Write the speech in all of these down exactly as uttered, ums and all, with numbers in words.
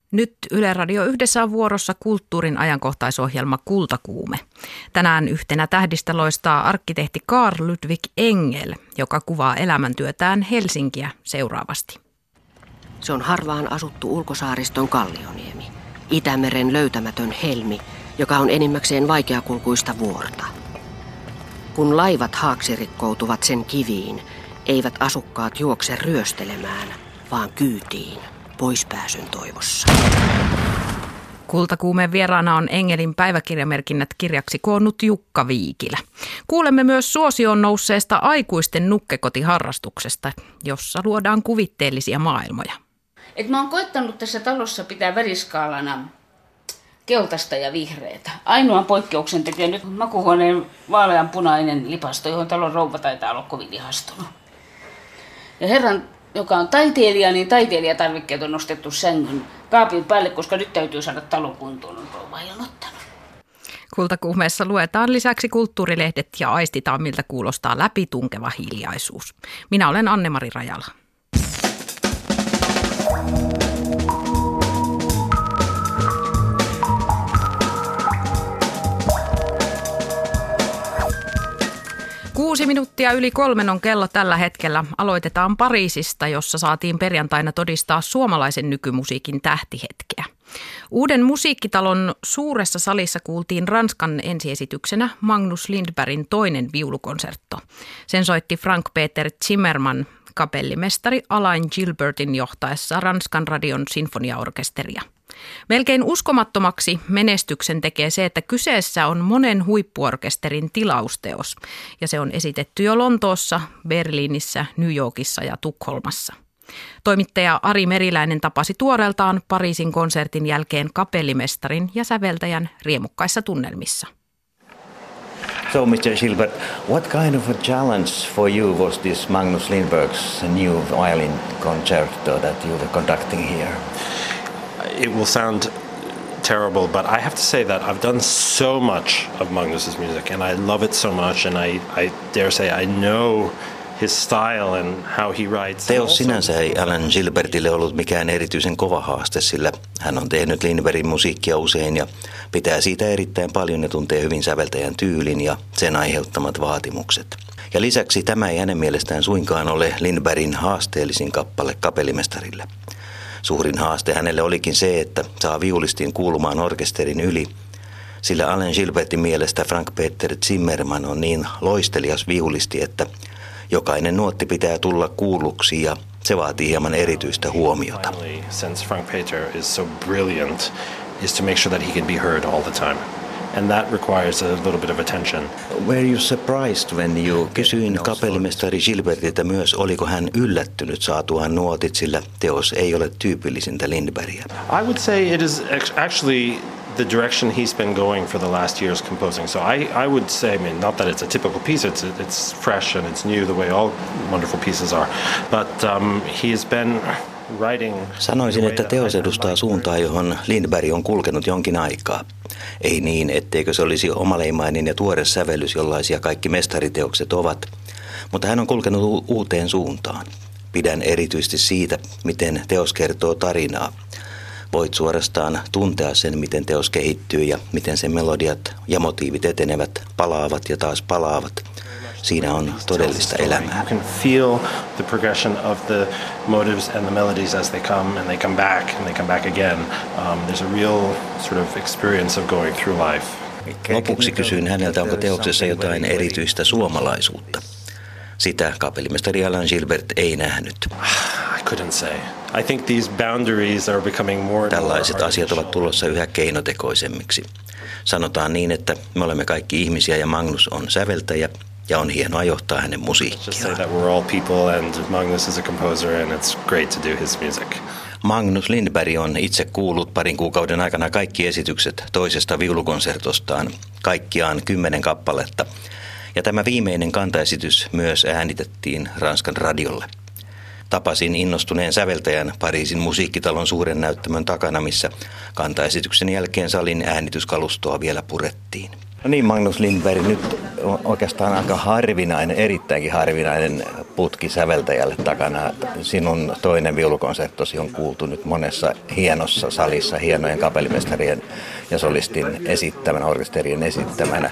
Nyt Yle Radio Yhdessä on vuorossa kulttuurin ajankohtaisohjelma Kultakuume. Tänään yhtenä tähdistä loistaa arkkitehti Carl Ludwig Engel, joka kuvaa elämäntyötään Helsinkiä seuraavasti. Se on harvaan asuttu ulkosaariston Kallioniemi, Itämeren löytämätön helmi, joka on enimmäkseen vaikeakulkuista vuorta. Kun laivat haaksirikkoutuvat sen kiviin, eivät asukkaat juokse ryöstelemään, vaan kyytiin, poispääsyn toivossa. Kultakuumeen vieraana on Engelin päiväkirjamerkinnät kirjaksi koonnut Jukka Viikilä. Kuulemme myös suosioon nousseesta aikuisten nukkekotiharrastuksesta, jossa luodaan kuvitteellisia maailmoja. Et mä oon koittanut tässä talossa pitää väriskaalana keltaista ja vihreätä. Ainoan poikkeuksen tekee nyt makuuhuoneen vaaleanpunainen lipasto, johon talon rouva taitaa olla kovin ihastunut. Ja herran, joka on taiteilija, niin taiteilijatarvikkeet on nostettu sängyn kaapin päälle, koska nyt täytyy saada talo kuntoon, on rouva ilmoittanut. Kultakuumeessa luetaan lisäksi kulttuurilehdet ja aistitaan, miltä kuulostaa läpitunkeva hiljaisuus. Minä olen Anne-Mari Rajala. Kuusi minuuttia yli kolmen on kello tällä hetkellä. Aloitetaan Pariisista, jossa saatiin perjantaina todistaa suomalaisen nykymusiikin tähtihetkeä. Uuden musiikkitalon suuressa salissa kuultiin Ranskan ensiesityksenä Magnus Lindbergin toinen viulukonsertto. Sen soitti Frank-Peter Zimmermann, kapellimestari Alain Gilbertin johtaessa Ranskan radion sinfoniaorkesteria. Melkein uskomattomaksi menestyksen tekee se, että kyseessä on monen huippuorkesterin tilausteos, ja se on esitetty jo Lontoossa, Berliinissä, New Yorkissa ja Tukholmassa. Toimittaja Ari Meriläinen tapasi tuoreeltaan Pariisin konsertin jälkeen kapellimestarin ja säveltäjän riemukkaissa tunnelmissa. So, mister Gilbert, what kind of a challenge for you was this Magnus Lindberg's new violin concerto that you were conducting here? It will sound terrible, but I have to say that I've done so much of Magnus's music, and I love it so much, and I, I dare say I know his style and how he writes. Teos sinänsä ei Alan Gilbertille ollut mikään erityisen kova haaste, sillä hän on tehnyt Lindbergin musiikkia usein ja pitää siitä erittäin paljon ja tuntee hyvin säveltäjän tyylin ja sen aiheuttamat vaatimukset. Ja lisäksi tämä ei hänen mielestään suinkaan ole Lindbergin haasteellisin kappale kapellimestarille. Suurin haaste hänelle olikin se, että saa viulistin kuulumaan orkesterin yli, sillä Alain Gilbertin mielestä Frank-Peter Zimmermann on niin loistelias viulisti, että jokainen nuotti pitää tulla kuulluksi ja se vaatii hieman erityistä huomiota. Since Frank-Peter is so brilliant, is to make sure that he can be heard all the time. And that requires a little bit of attention. Were you surprised when you... Kysyin kapellimestari Gilbertiltä myös, oliko hän yllättynyt saatuaan nuotit, sillä teos ei ole tyypillisintä Lindbergia. I would say it is actually the direction he's been going for the last years composing. So I, I would say, I mean, not that it's a typical piece, it's, it's fresh and it's new the way all wonderful pieces are, but um, he has been... Sanoisin, että teos edustaa suuntaa, johon Lindberg on kulkenut jonkin aikaa. Ei niin, etteikö se olisi omaleimainen ja tuore sävellys, jollaisia kaikki mestariteokset ovat, mutta hän on kulkenut u- uuteen suuntaan. Pidän erityisesti siitä, miten teos kertoo tarinaa. Voit suorastaan tuntea sen, miten teos kehittyy ja miten sen melodiat ja motiivit etenevät, palaavat ja taas palaavat. Siinä on todellista elämää. You can feel the progression of the motives and the melodies as they come and they come back and they come back again. Um, there's a real sort of experience of going through life. Lopuksi kysyin häneltä, onko teoksessa jotain erityistä suomalaisuutta. Sitä kapellimestari Alain Gilbert ei nähnyt. I couldn't say. I think these boundaries are becoming more. Tällaiset asiat ovat tulossa yhä keinotekoisemmiksi. Sanotaan niin, että me olemme kaikki ihmisiä ja Magnus on säveltäjä. Ja on hienoa johtaa hänen musiikkiaan. Magnus Lindberg on itse kuullut parin kuukauden aikana kaikki esitykset toisesta viulukonsertostaan, kaikkiaan kymmenen kappaletta. Ja tämä viimeinen kantaesitys myös äänitettiin Ranskan radiolle. Tapasin innostuneen säveltäjän Pariisin musiikkitalon suuren näyttämön takana, missä kantaesityksen jälkeen salin äänityskalustoa vielä purettiin. No niin, Magnus Lindberg, nyt on oikeastaan aika harvinainen, erittäinkin harvinainen putki säveltäjälle takana. Sinun toinen viulukonserttosi on kuultu nyt monessa hienossa salissa, hienojen kapellimestarien ja solistin esittämänä, orkesterien esittämänä.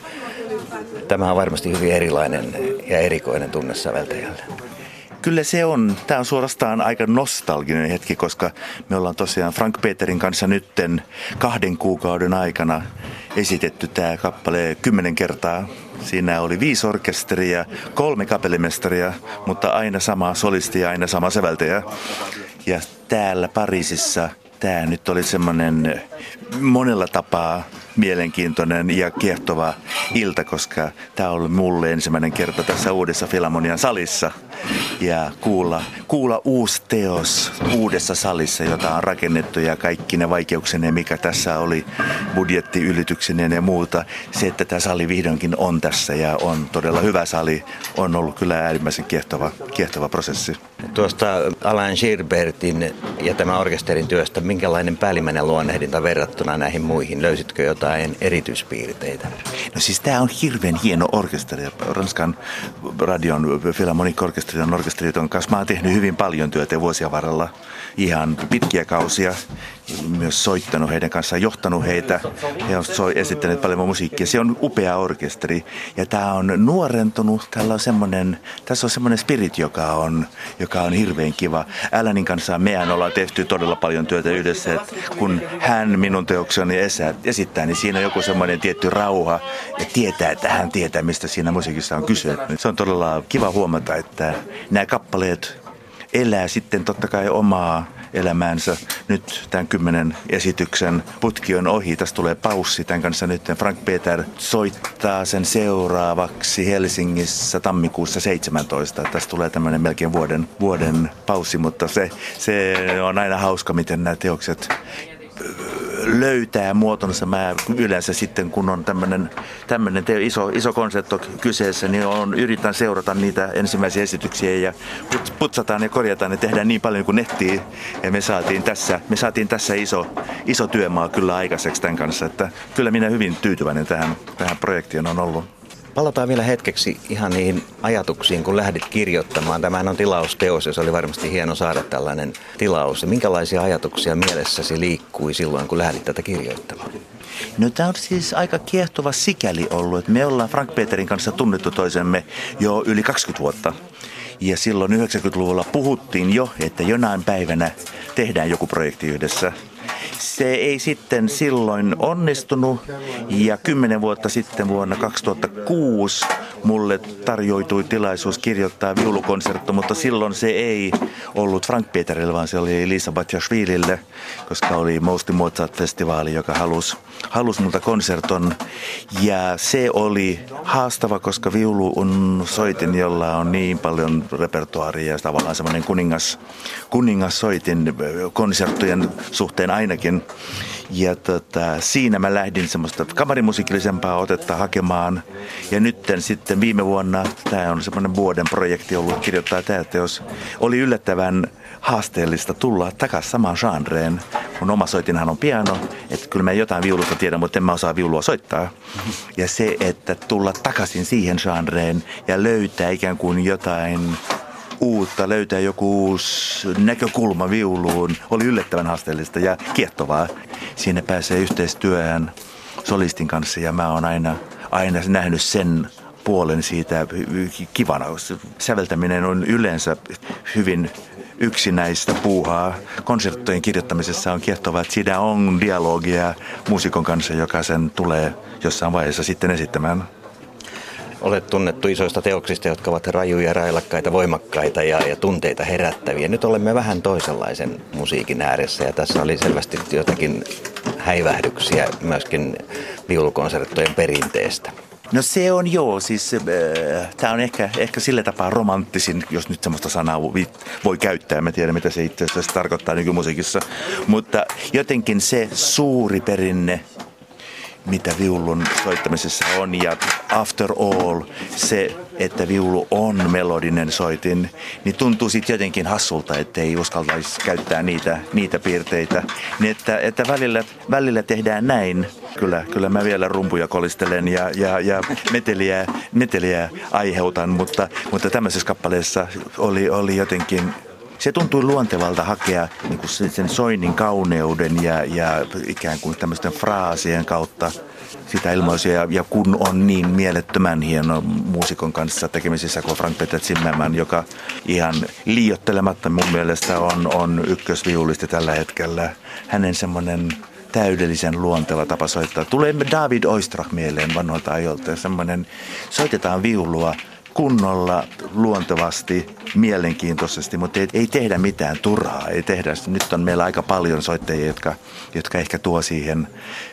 Tämä on varmasti hyvin erilainen ja erikoinen tunne säveltäjälle. Kyllä se on. Tämä on suorastaan aika nostalginen hetki, koska me ollaan tosiaan Frank Peterin kanssa nytten kahden kuukauden aikana esitetty tämä kappale kymmenen kertaa. Siinä oli viisi orkesteria, kolme kapellimestaria, mutta aina sama solisti ja aina sama säveltäjä. Ja täällä Pariisissa tämä nyt oli semmoinen monella tapaa mielenkiintoinen ja kiehtova ilta, koska tämä oli mulle ensimmäinen kerta tässä uudessa Filharmonian salissa. Ja kuulla, kuulla uusi teos uudessa salissa, jota on rakennettu ja kaikki ne vaikeuksineen, mikä tässä oli budjettiyrityksineen ja muuta. Se, että tämä sali vihdoinkin on tässä ja on todella hyvä sali, on ollut kyllä äärimmäisen kiehtova, kiehtova prosessi. Tuosta Alain Gilbertin ja tämän orkesterin työstä, minkälainen päällimmäinen luonnehdinta verrattuna näihin muihin? Löysitkö jotain erityispiirteitä? No siis tämä on hirveän hieno orkesteri. Ranskan radion Philharmonic Orchestra on orkesteri, jonka kanssa mä oon tehnyt hyvin paljon työtä vuosien varrella. Ihan pitkiä kausia. Myös soittanut heidän kanssaan, johtanut heitä. He ovat esittäneet paljon musiikkia. Se on upea orkesteri. Ja tämä on nuorentunut. Täällä on semmoinen, tässä on semmoinen spirit, joka on, joka on hirveän kiva. Alanin kanssa mehän ollaan tehty todella paljon työtä yhdessä. Että kun hän minun teokseni esittää, niin siinä on joku semmoinen tietty rauha. Ja tietää, että hän tietää, mistä siinä musiikissa on kyse. Se on todella kiva huomata, että nämä kappaleet elää sitten totta kai omaa elämäänsä. Nyt tämän kymmenen esityksen putki on ohi. Tässä tulee paussi. Tämän kanssa nyt Frank Peter soittaa sen seuraavaksi Helsingissä tammikuussa seitsemäntoista. Tässä tulee tämmöinen melkein vuoden, vuoden paussi, mutta se, se on aina hauska, miten nämä teokset löytää muotonsa. Mä yleensä sitten, kun on tämmöinen, tämmöinen teo, iso, iso konsertto kyseessä, niin on, yritän seurata niitä ensimmäisiä esityksiä ja putsataan ja korjataan ja tehdään niin paljon kuin ehtii. Ja me saatiin tässä, me saatiin tässä iso, iso työmaa kyllä aikaiseksi tämän kanssa. Että kyllä minä hyvin tyytyväinen tähän, tähän projektiin on ollut. Palataan vielä hetkeksi ihan niihin ajatuksiin, kun lähdit kirjoittamaan. Tämähän on tilausteos ja se oli varmasti hieno saada tällainen tilaus. Minkälaisia ajatuksia mielessäsi liikkui silloin, kun lähdit tätä kirjoittamaan? No tämä on siis aika kiehtova sikäli ollut, että me ollaan Frank Peterin kanssa tunnettu toisemme jo yli kaksikymmentä vuotta. Ja silloin yhdeksänkymmentäluvulla puhuttiin jo, että jonain päivänä tehdään joku projekti yhdessä. Se ei sitten silloin onnistunut ja kymmenen vuotta sitten vuonna kaksituhattakuusi mulle tarjoitui tilaisuus kirjoittaa viulukonsertto, mutta silloin se ei ollut Frank Peterille, vaan se oli Liisa Batjashvilille, koska oli Mostly Mozart-festivaali, joka halusi, halusi multa konserton. Ja se oli haastava, koska viulu on soitin, jolla on niin paljon repertuaaria ja tavallaan semmoinen kuningas, kuningassoitin konserttojen suhteen ainakin. Ja tota, siinä mä lähdin semmoista kamarimusiikillisempaa otetta hakemaan. Ja nytten sitten viime vuonna, tämä on semmoinen vuoden projekti ollut kirjoittaa tämä teos, oli yllättävän haasteellista tulla takaisin samaan genreen. Mun oma soitinhan on piano, että kyllä mä jotain viulusta tiedän, mutta en mä osaa viulua soittaa. Ja se, että tulla takaisin siihen genreen ja löytää ikään kuin jotain uutta, löytää joku uusi näkökulma viuluun, oli yllättävän haasteellista ja kiehtovaa. Siinä pääsee yhteistyöhön solistin kanssa ja mä oon aina, aina nähnyt sen puolen siitä kivana. Säveltäminen on yleensä hyvin yksinäistä puuhaa. Konserttojen kirjoittamisessa on kiehtovaa, että siinä on dialogia muusikon kanssa, joka sen tulee jossain vaiheessa sitten esittämään. Olet tunnettu isoista teoksista, jotka ovat rajuja, railakkaita, voimakkaita ja, ja tunteita herättäviä. Nyt olemme vähän toisenlaisen musiikin ääressä ja tässä oli selvästi jotakin häivähdyksiä myöskin viulukonserttojen perinteestä. No se on joo, siis äh, tämä on ehkä, ehkä sillä tapaa romanttisin, jos nyt semmoista sanaa voi käyttää. Mä tiedän, mitä se itse asiassa tarkoittaa nykymusiikissa. Mutta jotenkin se suuri perinne, mitä viulun soittamisessa on ja after all, se että viulu on melodinen soitin, niin tuntuu sitten jotenkin hassulta, että ei uskaltaisi käyttää niitä, niitä piirteitä. Niin että, että välillä, välillä tehdään näin. Kyllä, kyllä mä vielä rumpuja kolistelen ja, ja, ja meteliä, meteliä aiheutan, mutta, mutta tämmöisessä kappaleessa oli, oli jotenkin... Se tuntui luontevalta hakea niin kuin sen soinnin kauneuden ja, ja ikään kuin tämmöisten fraasien kautta sitä ilmaisua. Ja, ja kun on niin mielettömän hieno muusikon kanssa tekemisissä kuin Frank-Peter Zimmermann, joka ihan liioittelematta mun mielestä on, on ykkösviulisti tällä hetkellä. Hänen semmoinen täydellisen luonteva tapa soittaa. Tulee David Oistrakh mieleen vanhoilta ajoilta. Semmoinen, soitetaan viulua kunnolla, luontevasti, mielenkiintoisesti, mutta ei, ei tehdä mitään turhaa. Ei tehdä. Nyt on meillä aika paljon soittajia, jotka, jotka ehkä tuo siihen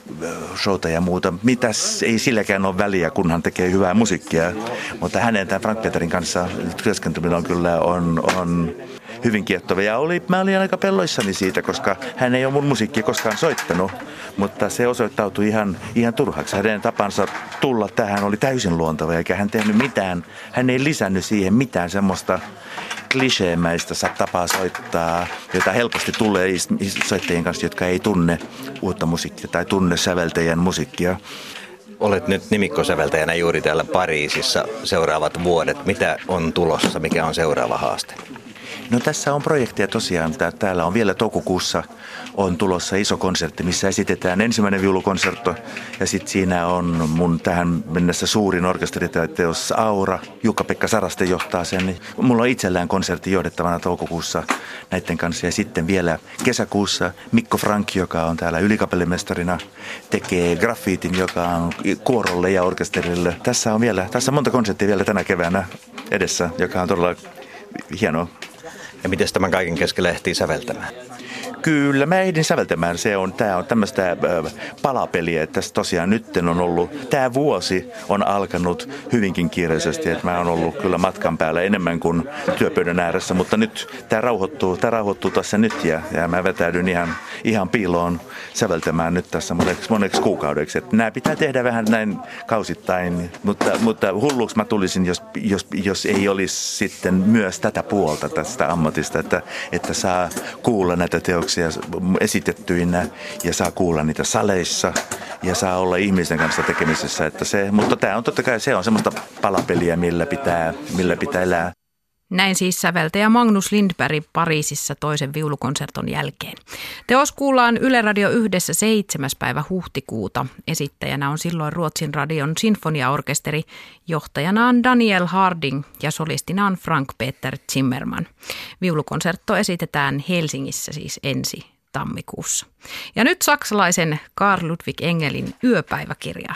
showta ja muuta. Mitäs ei silläkään ole väliä, kunhan tekee hyvää musiikkia. Mutta hänen tämän Frank-Peterin kanssa työskentelyn on kyllä on, on hyvin kiehtova. Ja oli, mä olin aika pelloissani siitä, koska hän ei ole mun musiikkia koskaan soittanut, mutta se osoittautui ihan, ihan turhaksi. Hänen tapansa tulla tähän oli täysin luontava, eikä hän tehnyt mitään. Hän ei lisännyt siihen mitään semmoista kliseemäistä tapaa soittaa, jota helposti tulee soittajien kanssa, jotka ei tunne uutta musiikkia tai tunne säveltäjän musiikkia. Olet nyt nimikkosäveltäjänä juuri täällä Pariisissa seuraavat vuodet. Mitä on tulossa? Mikä on seuraava haaste? No tässä on projekteja tosiaan. Täällä on vielä toukokuussa on tulossa iso konsertti, missä esitetään ensimmäinen viulukonsertto. Ja sitten siinä on mun tähän mennessä suurin orkesteriteos Aura. Jukka-Pekka Saraste johtaa sen. Mulla on itsellään konsertti johdettavana toukokuussa näiden kanssa. Ja sitten vielä kesäkuussa Mikko Frank, joka on täällä ylikapellimestarina, tekee graffiitin, joka on kuorolle ja orkesterille. Tässä on vielä, tässä on monta konserttia vielä tänä keväänä edessä, joka on todella hienoa. Ja miten tämän kaiken keskellä ehtii säveltämään? Kyllä, mä ehdin säveltämään. Se on, tää on tämmöistä äh, palapeliä, että tässä tosiaan nyt on ollut, tää vuosi on alkanut hyvinkin kiireisesti, että mä oon ollut kyllä matkan päällä enemmän kuin työpöydän ääressä, mutta nyt tää rauhoittuu, tää rauhoittuu tässä nyt ja, ja mä vetäydyn ihan, ihan piiloon säveltämään nyt tässä moneksi, moneksi kuukaudeksi. Että nämä pitää tehdä vähän näin kausittain, mutta, mutta hulluksi mä tulisin, jos, jos, jos ei olisi sitten myös tätä puolta tästä ammatista, että, että saa kuulla näitä teoksia esitettyinä ja saa kuulla niitä saleissa ja saa olla ihmisten kanssa tekemisessä. Että se, mutta tämä on totta kai se on semmoista palapeliä, millä pitää, millä pitää elää. Näin siis säveltäjä Magnus Lindberg Pariisissa toisen viulukonserton jälkeen. Teos kuullaan Yle Radio yhdessä seitsemäs päivä huhtikuuta. Esittäjänä on silloin Ruotsin radion sinfoniaorkesteri, johtajana on Daniel Harding ja solistina on Frank-Peter Zimmermann. Viulukonsertto esitetään Helsingissä siis ensi tammikuussa. Ja nyt saksalaisen Carl Ludwig Engelin yöpäiväkirjaan.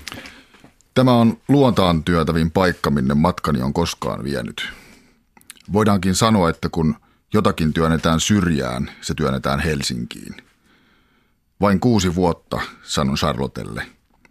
Tämä on luontaan työtävin paikka, minne matkani on koskaan vienyt. Voidaankin sanoa, että kun jotakin työnnetään syrjään, se työnnetään Helsinkiin. Vain kuusi vuotta, sanon Charlottelle.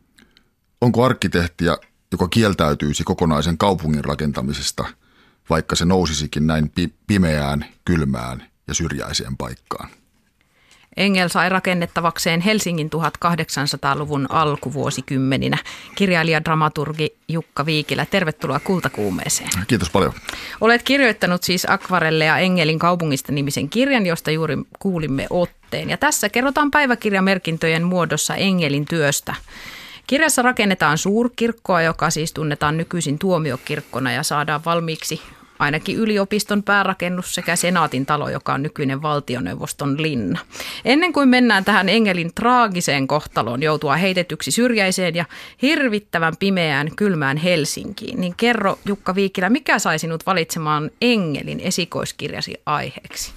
Onko arkkitehtiä, joka kieltäytyisi kokonaisen kaupungin rakentamisesta, vaikka se nousisikin näin pi- pimeään, kylmään ja syrjäiseen paikkaan? Engel sai rakennettavakseen Helsingin tuhatkahdeksansataaluvun alkuvuosikymmeninä. Kirjailija dramaturgi Jukka Viikilä, tervetuloa Kultakuumeeseen. Kiitos paljon. Olet kirjoittanut siis Akvarelleja Engelin kaupungista -nimisen kirjan, josta juuri kuulimme otteen. Ja tässä kerrotaan päiväkirjamerkintöjen muodossa Engelin työstä. Kirjassa rakennetaan suurkirkkoa, joka siis tunnetaan nykyisin tuomiokirkkona ja saadaan valmiiksi ainakin yliopiston päärakennus sekä senaatin talo, joka on nykyinen valtioneuvoston linna. Ennen kuin mennään tähän Engelin traagiseen kohtaloon joutua heitetyksi syrjäiseen ja hirvittävän pimeään kylmään Helsinkiin, niin kerro Jukka Viikilä, mikä sai sinut valitsemaan Engelin esikoiskirjasi aiheeksi?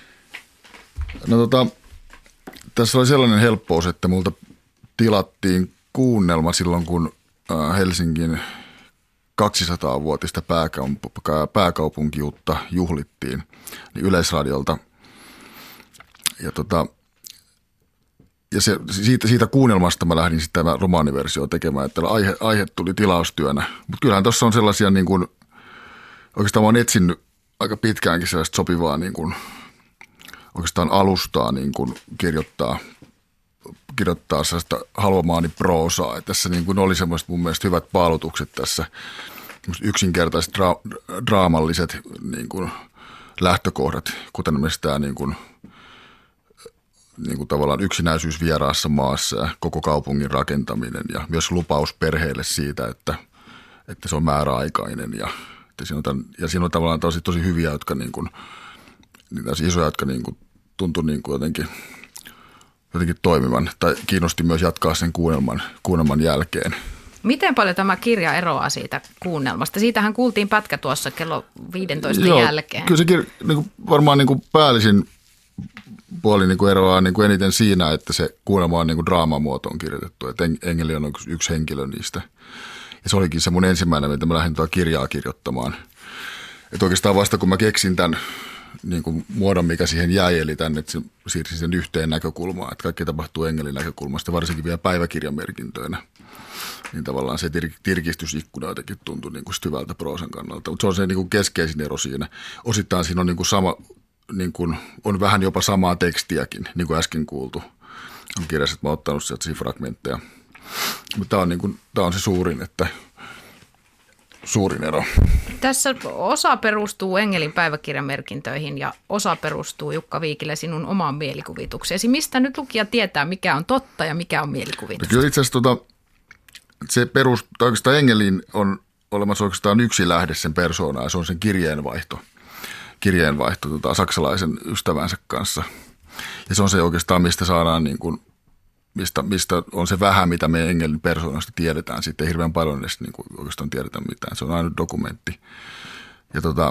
No tota, tässä oli sellainen helppous, että multa tilattiin kuunnelma silloin, kun Helsingin kaksisataavuotista pääkaupunkiutta juhlittiin niin Yleisradiolta. Ja, tota, ja se, siitä, siitä kuunnelmasta mä lähdin sitten tämä romaaniversio tekemään, että aihe, aihe tuli tilaustyönä. Mutta kyllähän tuossa on sellaisia, niin kuin, oikeastaan mä oon etsinyt aika pitkäänkin sellaista sopivaa niin kuin, oikeastaan alustaa niin kuin kirjoittaa kirjoittaa sellaista haluamaani proosaa. Tässä niin kuin oli semmoiset mun mielestä hyvät paalutukset tässä. yksinkertaiset dra- draamalliset niin kuin lähtökohdat, kuten esimerkiksi tämä niin kuin, niin kuin tavallaan yksinäisyys vieraassa maassa ja koko kaupungin rakentaminen ja myös lupaus perheelle siitä, että, että se on määräaikainen ja, että siinä, on tämän, ja siinä on tavallaan tosi, tosi hyviä, jotka niin kuin, niin isoja, jotka niin kuin tuntui niin kuin jotenkin, jotenkin toimivan tai kiinnosti myös jatkaa sen kuunnelman, kuunnelman jälkeen. Miten paljon tämä kirja eroaa siitä kuunnelmasta? Siitähän kuultiin pätkä tuossa kello viisitoista Joo, jälkeen. Kyllä se kir- niin kuin varmaan niin kuin päällisin puoli niin kuin eroaa niin kuin eniten siinä, että se kuunnelma on niin kuin draamamuotoon kirjoitettu. Että Engeli on yksi, yksi henkilö niistä. Ja se olikin se mun ensimmäinen, mitä mä lähdin tuota kirjaa kirjoittamaan. Että oikeastaan vasta kun mä keksin tämän niin kuin muodon, mikä siihen jäi, eli tänne, että siirsin sen yhteen näkökulmaan. Että kaikki tapahtuu Engelin näkökulmasta, varsinkin vielä päiväkirjamerkintöinä. Niin tavallaan se tir- tirkistysikkuna jotenkin tuntui niin kuin hyvältä proosan kannalta. Mutta se on se niin kuin keskeisin ero siinä. Osittain siinä on, niin kuin sama, niin kuin, on vähän jopa samaa tekstiäkin, niin kuin äsken kuultu. On kirjassa, että mä oon ottanut sieltä fragmentteja. Mutta tämä on, niin kuin, tämä on se suurin, että suurin ero. Tässä osa perustuu Engelin päiväkirjamerkintöihin ja osa perustuu, Jukka Viikilä, sinun omaan mielikuvitukseesi. Mistä nyt lukija tietää, mikä on totta ja mikä on mielikuvitus? Kyllä itse asiassa tota, se perustuu, oikeastaan Engelin on olemassa oikeastaan yksi lähde sen persoonaan, ja se on sen kirjeenvaihto, kirjeenvaihto tota, saksalaisen ystävänsä kanssa. Ja se on se oikeastaan, mistä saadaan, niin kuin, mistä, mistä on se vähän, mitä me Engelin persoonasta tiedetään. Sitten ei hirveän paljon edes niin kuin oikeastaan tiedetä mitään. Se on ainut dokumentti. Ja, tota,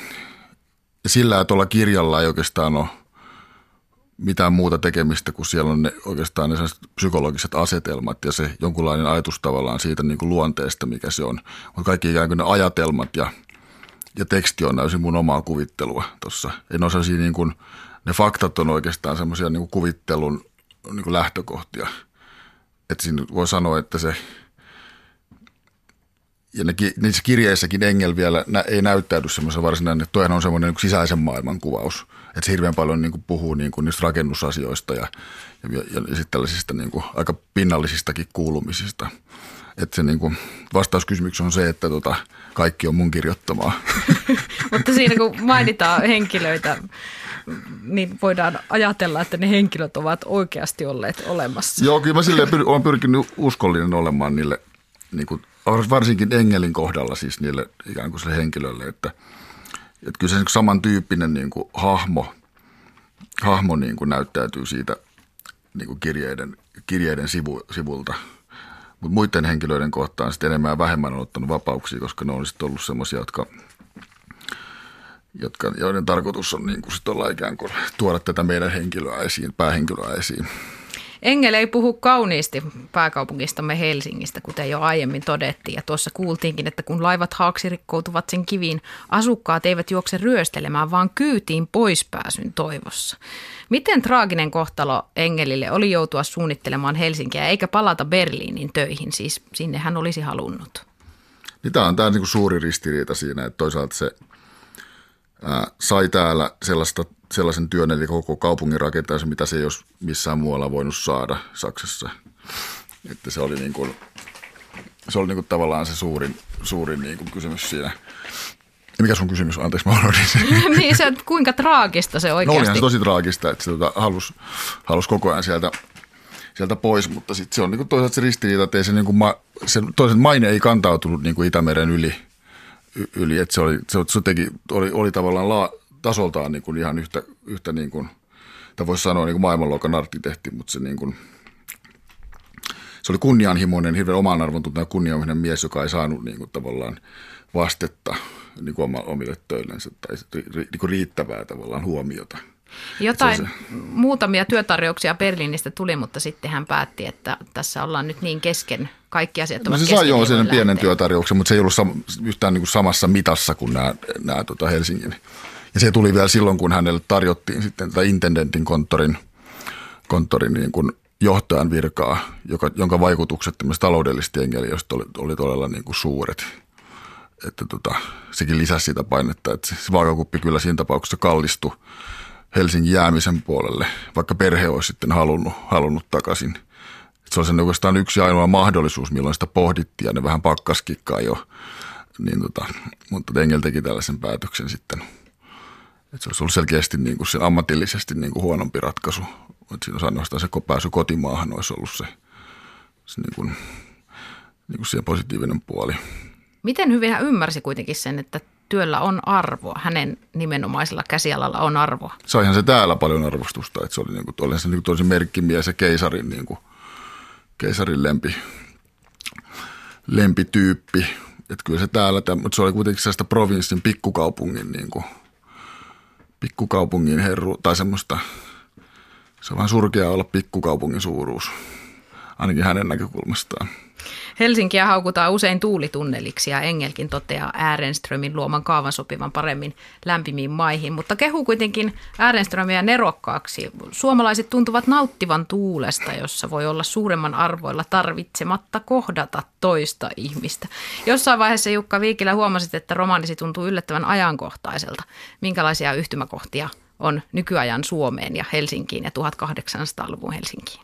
ja sillä, että tuolla kirjalla ei oikeastaan ole mitään muuta tekemistä, kun siellä on ne, oikeastaan ne psykologiset asetelmat ja se jonkunlainen ajatus tavallaan siitä niin kuin luonteesta, mikä se on. Mutta kaikki ikään kuin ne ajatelmat ja, ja teksti on täysin mun omaa kuvittelua tuossa. En ole sellaisia niin kuin, ne faktat on oikeastaan semmoisia niin kuin kuvittelun niin kuin lähtökohtia. Että siinä voi sanoa, että se, ja ne, niissä kirjeissäkin Engel vielä nä, ei näyttäydy semmoisen varsinainen, että toihan on semmoinen niin sisäisen maailman kuvaus. Että se hirveän paljon niin kuin puhuu niin kuin niistä rakennusasioista ja, ja, ja, ja sitten tällaisista niin kuin aika pinnallisistakin kuulumisista. Että se niin kuin vastauskysymys on se, että tota, kaikki on mun kirjoittamaa. Mutta siinä kun mainitaan henkilöitä, niin voidaan ajatella, että ne henkilöt ovat oikeasti olleet olemassa. Joo, kyllä mä silleen pyr- olen pyrkinyt uskollinen olemaan niille, niin kuin, varsinkin Engelin kohdalla siis niille ikään kuin sille henkilölle, että, että kyllä se samantyyppinen niin kuin hahmo, hahmo niin kuin näyttäytyy siitä niin kuin kirjeiden, kirjeiden sivu, sivulta. Mutta muiden henkilöiden kohtaan sitten enemmän ja vähemmän on ottanut vapauksia, koska ne on sitten ollut semmoisia, jotka, jotka, joiden tarkoitus on niin kuin sit olla ikään kuin tuoda tätä meidän henkilöä esiin, päähenkilöä esiin. Engel ei puhu kauniisti pääkaupungistamme Helsingistä, kuten jo aiemmin todettiin. Ja tuossa kuultiinkin, että kun laivat haaksirikkoutuvat sen kiviin, asukkaat eivät juokse ryöstelemään, vaan kyytiin poispääsyn toivossa. Miten traaginen kohtalo Engelille oli joutua suunnittelemaan Helsinkiä eikä palata Berliinin töihin, siis sinne hän olisi halunnut? Niin tämä on tämä niin kuin suuri ristiriita siinä, että toisaalta se ää, sai täällä sellaista, sellaisen työn, eli koko kaupungin rakentamisen, mitä se ei olisi missään muualla voinut saada Saksassa. Että se oli, niin kuin, se oli niin kuin tavallaan se suurin, suurin niin kuin kysymys siinä. Ja mikä sun kysymys on? Anteeksi, mä unohdin sen. Niin se, kuinka traagista se oikeasti. No olihan se tosi traagista, että se tota, halusi, halusi koko ajan sieltä, sieltä pois, mutta sitten se on niin kuin toisaalta se ristiriita, että ei se, niin kuin ma, se toisaalta maine ei kantautunut niin kuin Itämeren yli, yli että se, oli, se, se teki, oli, oli tavallaan la, tasoltaan niin kuin ihan yhtä, yhtä niin kuin, tai voisi sanoa niin kuin maailmanluokan arkkitehti, mutta se niin kuin, se oli kunnianhimoinen, hirveän oman arvon tuntunut kunnianhimoinen mies, joka ei saanut niin kuin tavallaan vastetta niin kuin omille töillensä tai niin kuin riittävää tavallaan huomiota. Jotain se se. muutamia työtarjouksia Berliinistä tuli, mutta sitten hän päätti, että tässä ollaan nyt niin kesken, kaikki asiat ovat no se kesken. sai joo sen pienen työtarjouksen, mutta se ei ollut sam- yhtään niin kuin samassa mitassa kuin nämä, nämä tota Helsingin. Ja se tuli vielä silloin, kun hänelle tarjottiin sitten tätä intendentin konttorin, konttorin niin kuin johtajan virkaa, joka, jonka vaikutukset taloudellisesti Engeliöstä oli, oli todella niin kuin suuret. Että tota, sekin lisäsi sitä painetta, että se vaakakuppi kyllä siinä tapauksessa kallistui Helsingin jäämisen puolelle, vaikka perhe olisi sitten halunnut, halunnut takaisin. Se oli sen oikeastaan yksi ainoa mahdollisuus, milloin sitä pohdittiin ja ne vähän pakkaskikkaa jo niin tota, mutta Engel teki tällaisen päätöksen sitten, että se olisi ollut selkeästi niin kuin se ammatillisesti niin kuin huonompi ratkaisu. Että siinä olisi ainoastaan se pääsy kotimaahan olisi ollut se, se niin kuin, niin kuin se positiivinen puoli. Miten hyvin hän ymmärsi kuitenkin sen, että työllä on arvoa, hänen nimenomaisella käsialalla on arvoa? Saihan se täällä paljon arvostusta, että se oli, niin kuin, oli se niin kuin tosi merkkimies ja keisarin, niin kuin, keisarin lempi, lempityyppi. Että kyllä se täällä, mutta se oli kuitenkin sellaista provinssin pikkukaupungin, niin kuin, pikkukaupungin herru, tai semmoista, se on vähän surkeaa olla pikkukaupungin suuruus, ainakin hänen näkökulmastaan. Helsinkiä haukutaan usein tuulitunneliksi ja Engelkin toteaa Ehrenströmin luoman kaavan sopivan paremmin lämpimiin maihin, mutta kehuu kuitenkin Ehrenströmiä nerokkaaksi. Suomalaiset tuntuvat nauttivan tuulesta, jossa voi olla suuremman arvoilla tarvitsematta kohdata toista ihmistä. Jossain vaiheessa Jukka Viikilä huomasit, että romaanisi tuntuu yllättävän ajankohtaiselta. Minkälaisia yhtymäkohtia on nykyajan Suomeen ja Helsinkiin ja tuhatkahdeksansataaluvun Helsinkiin?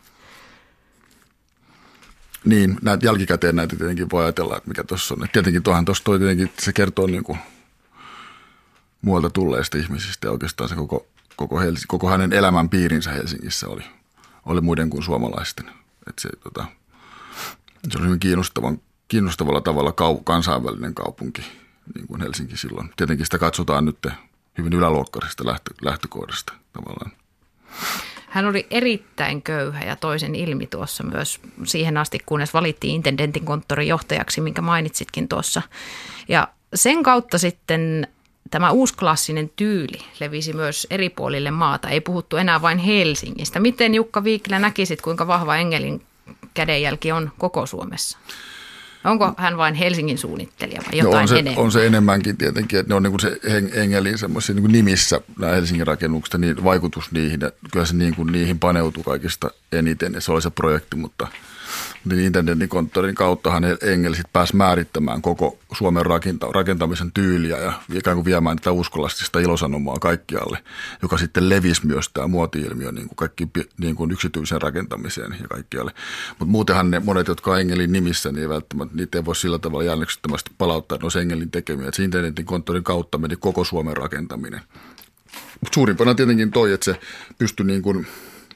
Niin, näitä jälkikäteen näitä tietenkin voi ajatella, että mikä tuossa on. Et tietenkin tuohan tuossa toi tietenkin, se kertoo niin kuin muualta tulleista ihmisistä ja oikeastaan se koko, koko, Helsi, koko hänen elämän piirinsä Helsingissä oli, oli muiden kuin suomalaisten. Et se, tota, se oli hyvin kiinnostavan, kiinnostavalla tavalla kau, kansainvälinen kaupunki, niin kuin Helsinki silloin. Tietenkin sitä katsotaan nyt hyvin yläluokkaisesta lähtö, lähtökohdasta tavallaan. Hän oli erittäin köyhä ja toisen ilmi tuossa myös siihen asti, kunnes valittiin intendentin konttorin johtajaksi, minkä mainitsitkin tuossa. Ja sen kautta sitten tämä uusklassinen tyyli levisi myös eri puolille maata. Ei puhuttu enää vain Helsingistä. Miten Jukka Viikilä näkisit, kuinka vahva Engelin kädenjälki on koko Suomessa? Onko hän vain Helsingin suunnittelija vai jotain no on se, enemmän? On se enemmänkin tietenkin, että ne on niin kuin se Engelin semmoisia niin kuin nimissä nämä Helsingin rakennukset, niin vaikutus niihin, ja kyllä se niin kuin niihin paneutui kaikista eniten ja se oli se projekti, mutta intendentin konttorin kauttahan Engel sitten pääsi määrittämään koko Suomen rakenta, rakentamisen tyyliä ja ikään kuin viemään tätä uskolastista ilosanomaa kaikkialle, joka sitten levisi myös tämä muoti-ilmiö niin kuin kaikki niin kuin yksityisen rakentamiseen ja kaikkialle. Mutta muutenhan ne monet, jotka on Engelin nimissä, niin välttämättä niitä ei voi sillä tavalla jänneksyttömästi palauttaa, että ne olisi Engelin tekemiä. Että se intendentin konttorin kautta meni koko Suomen rakentaminen. Mutta suurimpana tietenkin toi, että se pystyi niin kuin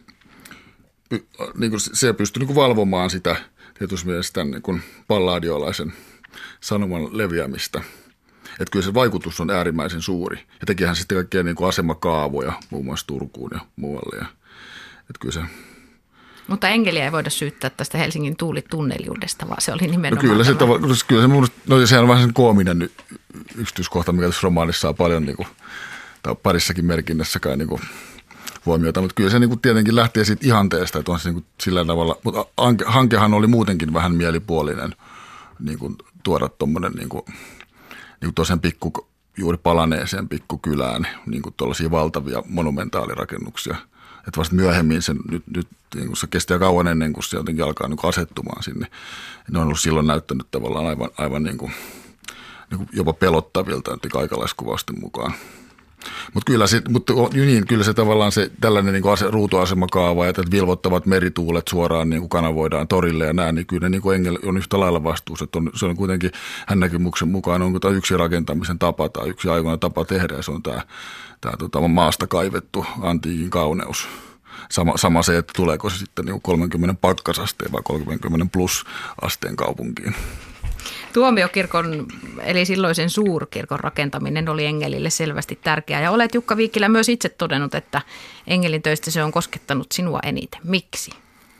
Niin kuin se pystyi niin kuin valvomaan sitä tietysti mielessä tämän niin kuin palladiolaisen sanoman leviämistä. Että kyllä se vaikutus on äärimmäisen suuri. Ja tekihän sitten kaikkia niin kuin asemakaavoja muun muassa Turkuun ja muualle. Ja, että kyllä se. Mutta Engeliä ei voida syyttää tästä Helsingin tuulitunneliudesta, vaan se oli nimenomaan. No kyllä se, tava, kyllä se, mun, no sehän on vähän sen koominen yksityiskohta, mikä tässä romaanissa saa paljon, niin kuin, tai parissakin merkinnässäkään niin kuin huomiota, mutta kyllä se niin kuin tietenkin lähtee siitä ihanteesta, että on se niin kuin sillä tavalla, mutta hankehan oli muutenkin vähän mielipuolinen niin kuin tuoda tuommoinen niin kuin, niin kuin tosiaan pikku, juuri palaneeseen pikkukylään niin kuin tuollaisia valtavia monumentaalirakennuksia, että vasta myöhemmin se nyt, nyt niin kuin se kestää kauan ennen kuin se jotenkin alkaa niin kuin asettumaan sinne. Ne on ollut silloin näyttänyt tavallaan aivan, aivan niin kuin, niin kuin jopa pelottavilta aikalaiskuvausten mukaan. Mutta kyllä, mutta niin, kyllä se tavallaan se tällainen niin kuin ase, ruutuasemakaava ja että vilvottavat merituulet suoraan niin kuin kanavoidaan torille ja näin, niin kyllä ne niin kuin Engel on yhtä lailla vastuussa. Että on, se on kuitenkin hän näkemyksen mukaan on tämä yksi rakentamisen tapa tai yksi aikoina tapa tehdä ja se on tämä, tämä tota, maasta kaivettu antiikin kauneus. Sama, sama se, että tuleeko se sitten niin kuin kolmekymmentä pakkasasteen vai kolmekymmentä plus asteen kaupunkiin. Tuomiokirkon eli silloisen suurkirkon rakentaminen oli Engelille selvästi tärkeää ja olet Jukka Viikilä myös itse todennut, että Engelin töistä se on koskettanut sinua eniten. Miksi?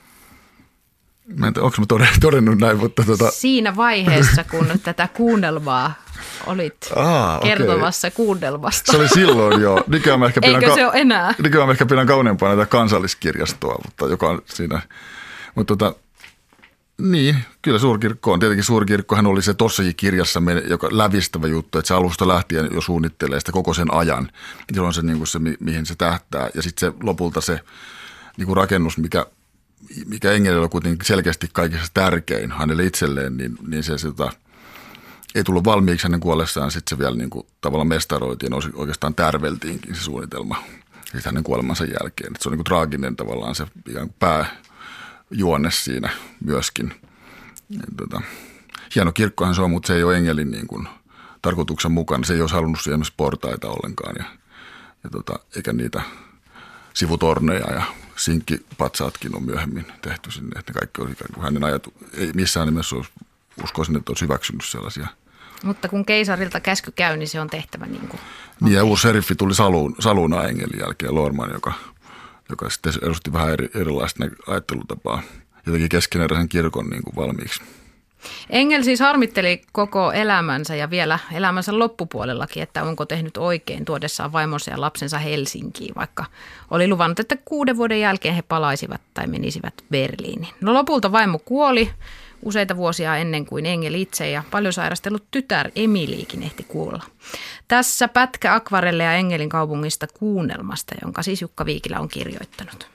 Mä en tiedä, onko mä todennut näin, mutta tota. Siinä vaiheessa, kun tätä kuunnelmaa olit Aa, kertomassa okay. kuunnelmasta. Se oli silloin jo. Nykyään mä ehkä pidän, Eikö se ole enää? Nykyään mä ehkä pidän kauneempaa näitä kansalliskirjastoa, mutta joka on siinä. Mutta tota, niin, kyllä suurkirkko on. Tietenkin suurkirkkohan oli se tossakin kirjassa joka lävistävä juttu, että se alusta lähtien jo suunnittelee sitä koko sen ajan. Silloin se, niin kuin se mihin se tähtää. Ja sitten se lopulta se niin kuin rakennus, mikä, mikä Engelillä on kuitenkin selkeästi kaikista tärkein hänelle itselleen, niin, niin se sitä ei tullut valmiiksi hänen kuollessaan. Sitten se vielä niin kuin tavallaan mestaroitiin ja oikeastaan tärveltiinkin se suunnitelma sitten hänen kuolemansa jälkeen. Että se on niin kuin traaginen tavallaan se ikään kuin pää. Juonne siinä myöskin. Tota, hieno kirkkohan se on, mutta se ei ole Engelin niin kuin tarkoituksen mukana. Se ei olisi halunnut siihen portaita ollenkaan ja, ja tota, eikä niitä sivutorneja ja sinkkipatsaatkin on myöhemmin tehty sinne. Että ne kaikki oli ikään kuin hänen ajatu. Ei missään nimessä olisi, uskoisin, että olisi hyväksynyt sellaisia. Mutta kun keisarilta käsky käy, niin se on tehtävä niin kuin. Niin ja uusi seriffi tuli Saluun, Saluna Engelin jälkeen, Lorman, joka, joka sitten edusti vähän eri, erilaista ajattelutapaa ja teki keskeneräisen kirkon niin kuin valmiiksi. Engel siis harmitteli koko elämänsä ja vielä elämänsä loppupuolellakin, että onko tehnyt oikein tuodessaan vaimonsa ja lapsensa Helsinkiin, vaikka oli luvannut, että kuuden vuoden jälkeen he palaisivat tai menisivät Berliiniin. No lopulta vaimo kuoli useita vuosia ennen kuin Engel itse ja paljon sairastellut tytär Emiliikin ehti kuolla. Tässä pätkä akvarelleja Engelin kaupungista kuunnelmasta, jonka siis Jukka Viikilä on kirjoittanut.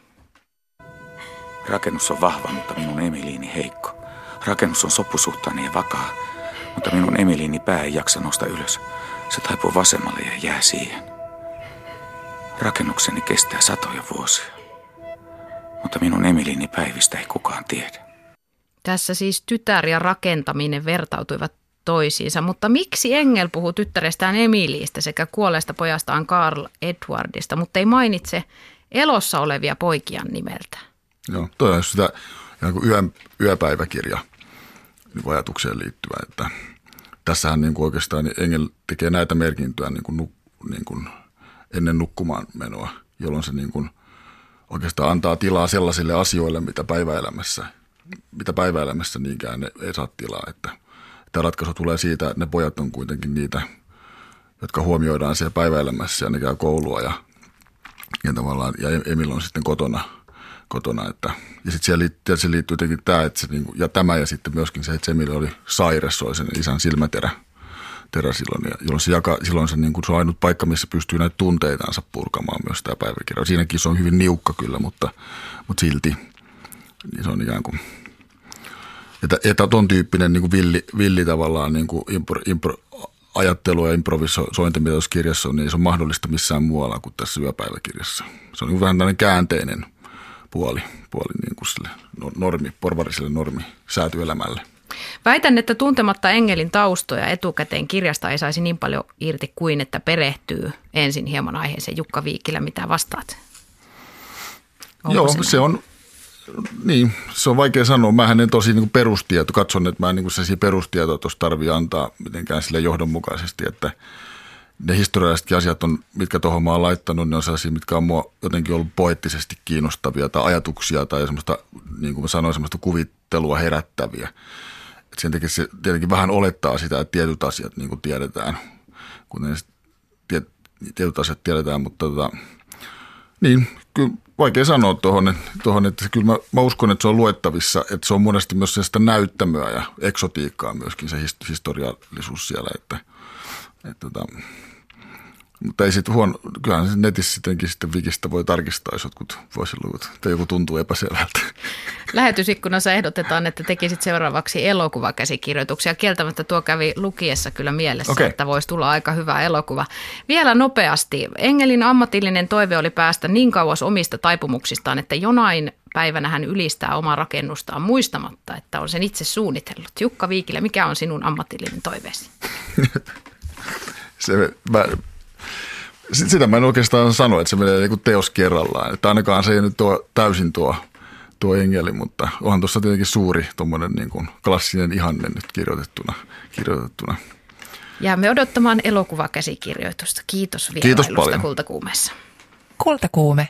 Rakennus on vahva, mutta minun Emiliini heikko. Rakennus on sopusuhtainen ja vakaa, mutta minun Emiliini pää ei jaksa nousta ylös. Se taipuu vasemmalle ja jää siihen. Rakennukseni kestää satoja vuosia, mutta minun Emiliini päivistä ei kukaan tiedä. Tässä siis tytär ja rakentaminen vertautuivat toisiinsa, mutta miksi Engel puhuu tyttärestään Emiliistä sekä kuolleesta pojastaan Karl Edwardista, mutta ei mainitse elossa olevia poikiaan nimeltä? Joo, toi on sitä yö, yöpäiväkirja niin ajatukseen liittyvä, että tässähän niin kuin oikeastaan Engel tekee näitä merkintöjä niin kuin, niin kuin ennen nukkumaan menoa, jolloin se niin kuin oikeastaan antaa tilaa sellaisille asioille, mitä päiväelämässä, mitä päiväelämässä niinkään ei saa tilaa. Että tämä ratkaisu tulee siitä, että ne pojat on kuitenkin niitä, jotka huomioidaan siellä päiväelämässä ja ne käy koulua ja, ja tavallaan ja Emil on sitten kotona. kotona että, ja sitten siellä liittyy, se liittyy jotenkin tämä, että se, ja tämä ja sitten myöskin se, että Emil oli sairas, se oli sen isän silmäterä terä silloin, ja jolloin se, jaka, silloin se, niin kuin, se on ainut paikka, missä pystyy näitä tunteitansa purkamaan myös tämä päiväkirja. Siinäkin se on hyvin niukka kyllä, mutta, mutta silti niin se on ikään kuin, että, että ton tyyppinen niin kuin villi, villi tavallaan niin kuin impro, impro, ajattelu ja improvisointi, mitä tuossa kirjassa on, niin se on mahdollista missään muualla kuin tässä yöpäiväkirjassa. Se on niin vähän tämmöinen käänteinen puoli, puoli niin kuin sille normi, porvariselle normi säätyelämälle. Väitän, että tuntematta Engelin taustoja etukäteen kirjasta ei saisi niin paljon irti kuin, että perehtyy ensin hieman aiheeseen. Jukka Viikilä, mitä vastaat? Onko Joo, se, se on, niin, se on vaikea sanoa. Mähän en tosi niin kuin perustieto, katson, että mä en niin kuin sellaisia perustietoja tuossa tarvitse antaa mitenkään sille johdonmukaisesti, että ne historiallisetkin asiat, on, mitkä tuohon mä oon laittanut, ne on sellaisia, mitkä on mua jotenkin ollut poettisesti kiinnostavia tai ajatuksia tai semmoista, niin kuin mä sanoin, semmoista kuvittelua herättäviä. Et sen takia se tietenkin vähän olettaa sitä, että tietyt asiat niin kuin tiedetään, kuten tiet, tietyt asiat tiedetään, mutta tota, niin, kyllä vaikea sanoa tuohon, tuohon että kyllä mä, mä uskon, että se on luettavissa, että se on monesti myös sellaista näyttämöä ja eksotiikkaa myöskin se historiallisuus siellä, että Että, tota, mutta ei sitten huono, kyllähän se netissä sittenkin sitten Wikistä voi tarkistaa, jos jotkut vuosiluvut tai joku tuntuu epäselvältä. Lähetysikkunassa ehdotetaan, että tekisit seuraavaksi elokuvakäsikirjoituksia. Kieltämättä tuo kävi lukiessa kyllä mielessä, okay, että voisi tulla aika hyvä elokuva. Vielä nopeasti. Engelin ammatillinen toive oli päästä niin kauas omista taipumuksistaan, että jonain päivänä hän ylistää omaa rakennustaan muistamatta, että on sen itse suunnitellut. Jukka Viikilä, mikä on sinun ammatillinen toiveesi? Se, mä, sitä mä en oikeastaan sano, että se menee niin kuin teos kerrallaan. Että ainakaan se ei nyt ole täysin tuo, tuo Engeli, mutta onhan tuossa tietenkin suuri tuommoinen niin kuin klassinen ihanne nyt kirjoitettuna. kirjoitettuna. Jäämme odottamaan elokuvakäsikirjoitusta. Kiitos Kiitos vierailusta paljon. Kultakuumeessa. Kultakuume.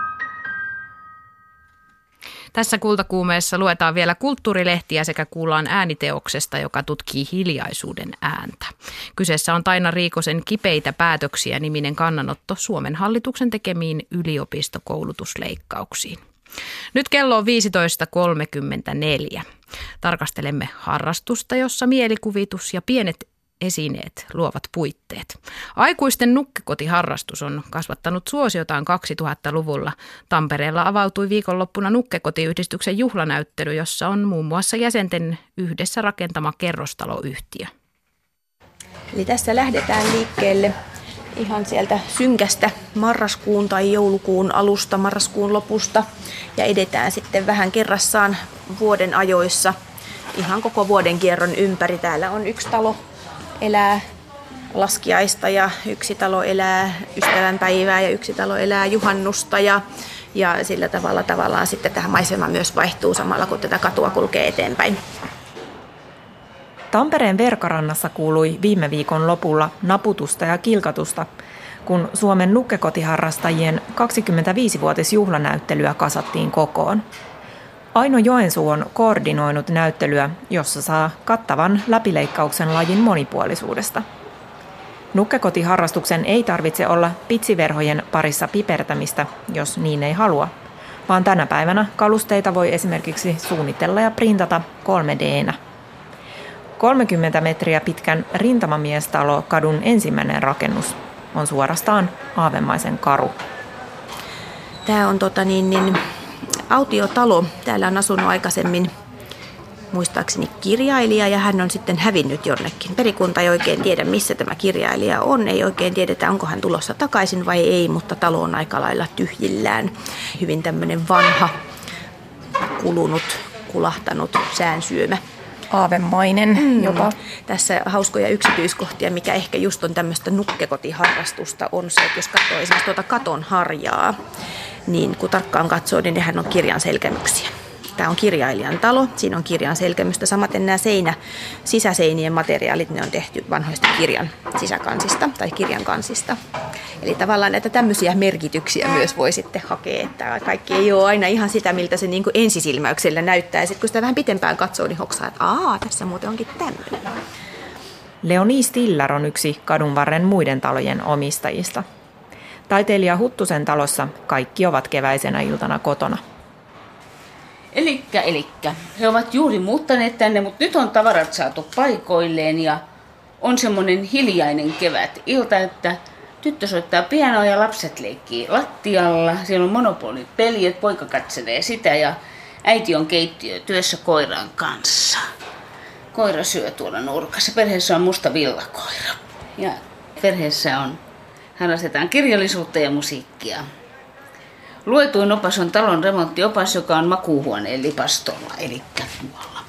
Tässä Kultakuumeessa luetaan vielä kulttuurilehtiä sekä kuullaan ääniteoksesta, joka tutkii hiljaisuuden ääntä. Kyseessä on Taina Riikosen Kipeitä päätöksiä -niminen kannanotto Suomen hallituksen tekemiin yliopistokoulutusleikkauksiin. Nyt kello on viisitoista kolmekymmentäneljä. Tarkastelemme harrastusta, jossa mielikuvitus ja pienet esineet luovat puitteet. Aikuisten nukkekotiharrastus on kasvattanut suosiotaan kaksituhattaluvulla. Tampereella avautui viikonloppuna Nukkekotiyhdistyksen juhlanäyttely, jossa on muun muassa jäsenten yhdessä rakentama kerrostaloyhtiö. Eli tässä lähdetään liikkeelle ihan sieltä synkästä marraskuun tai joulukuun alusta, marraskuun lopusta ja edetään sitten vähän kerrassaan vuoden ajoissa ihan koko vuoden kierron ympäri. Täällä on yksi talo, elää laskiaista ja yksi talo elää ystävänpäivää ja yksi talo elää juhannusta ja, ja sillä tavalla tavallaan sitten tähän maisema myös vaihtuu samalla kun tätä katua kulkee eteenpäin. Tampereen Verkarannassa kuului viime viikon lopulla naputusta ja kilkatusta, kun Suomen nukkekotiharrastajien kaksikymmentäviisivuotisjuhlanäyttelyä kasattiin kokoon. Aino Joensuu on koordinoinut näyttelyä, jossa saa kattavan läpileikkauksen lajin monipuolisuudesta. Nukkekotiharrastuksen ei tarvitse olla pitsiverhojen parissa pipertämistä, jos niin ei halua, vaan tänä päivänä kalusteita voi esimerkiksi suunnitella ja printata kolme D-nä. kolmekymmentä metriä pitkän Rintamamiestalo kadun ensimmäinen rakennus on suorastaan aavemaisen karu. Tämä on tota niin, niin, autiotalo. Täällä on asunut aikaisemmin muistaakseni kirjailija ja hän on sitten hävinnyt jonnekin. Perikunta ei oikein tiedä, missä tämä kirjailija on. Ei oikein tiedetä, onko hän tulossa takaisin vai ei, mutta talo on aika lailla tyhjillään. Hyvin tämmöinen vanha, kulunut, kulahtanut säänsyömä. Aavemainen mm. jopa. Tässä hauskoja yksityiskohtia, mikä ehkä just on tämmöistä nukkekotiharrastusta, on se, että jos katsoo esimerkiksi tuota katon harjaa, niin kun tarkkaan katsoo, niin nehän on kirjan selkämyksiä. Tämä on kirjailijan talo, siinä on kirjan selkämystä. Samaten nämä seinä, sisäseinien materiaalit, ne on tehty vanhoista kirjan sisäkansista tai kirjan kansista. Eli tavallaan näitä tämmöisiä merkityksiä myös voi sitten hakea, että kaikki ei ole aina ihan sitä, miltä se niin kuin ensisilmäyksellä näyttää. Ja sitten kun sitä vähän pitempään katsoo, niin hoksaa, että aah, tässä muuten onkin tämmöinen. Leonie Stiller on yksi kadunvarren muiden talojen omistajista. Taiteilija Huttusen talossa kaikki ovat keväisenä iltana kotona. Elikkä, elikkä. He ovat juuri muuttaneet tänne, mutta nyt on tavarat saatu paikoilleen ja on semmoinen hiljainen kevät ilta, että tyttö soittaa pianoa ja lapset leikkii lattialla. Siellä on monopolipeli, että poika katselee sitä ja äiti on keittiötyössä koiran kanssa. Koira syö tuolla nurkassa. Perheessä on musta villakoira. Ja perheessä on, harrastetaan kirjallisuutta ja musiikkia. Luetuin opas on talon remonttiopas, joka on makuuhuoneen lipastolla, eli tuolla.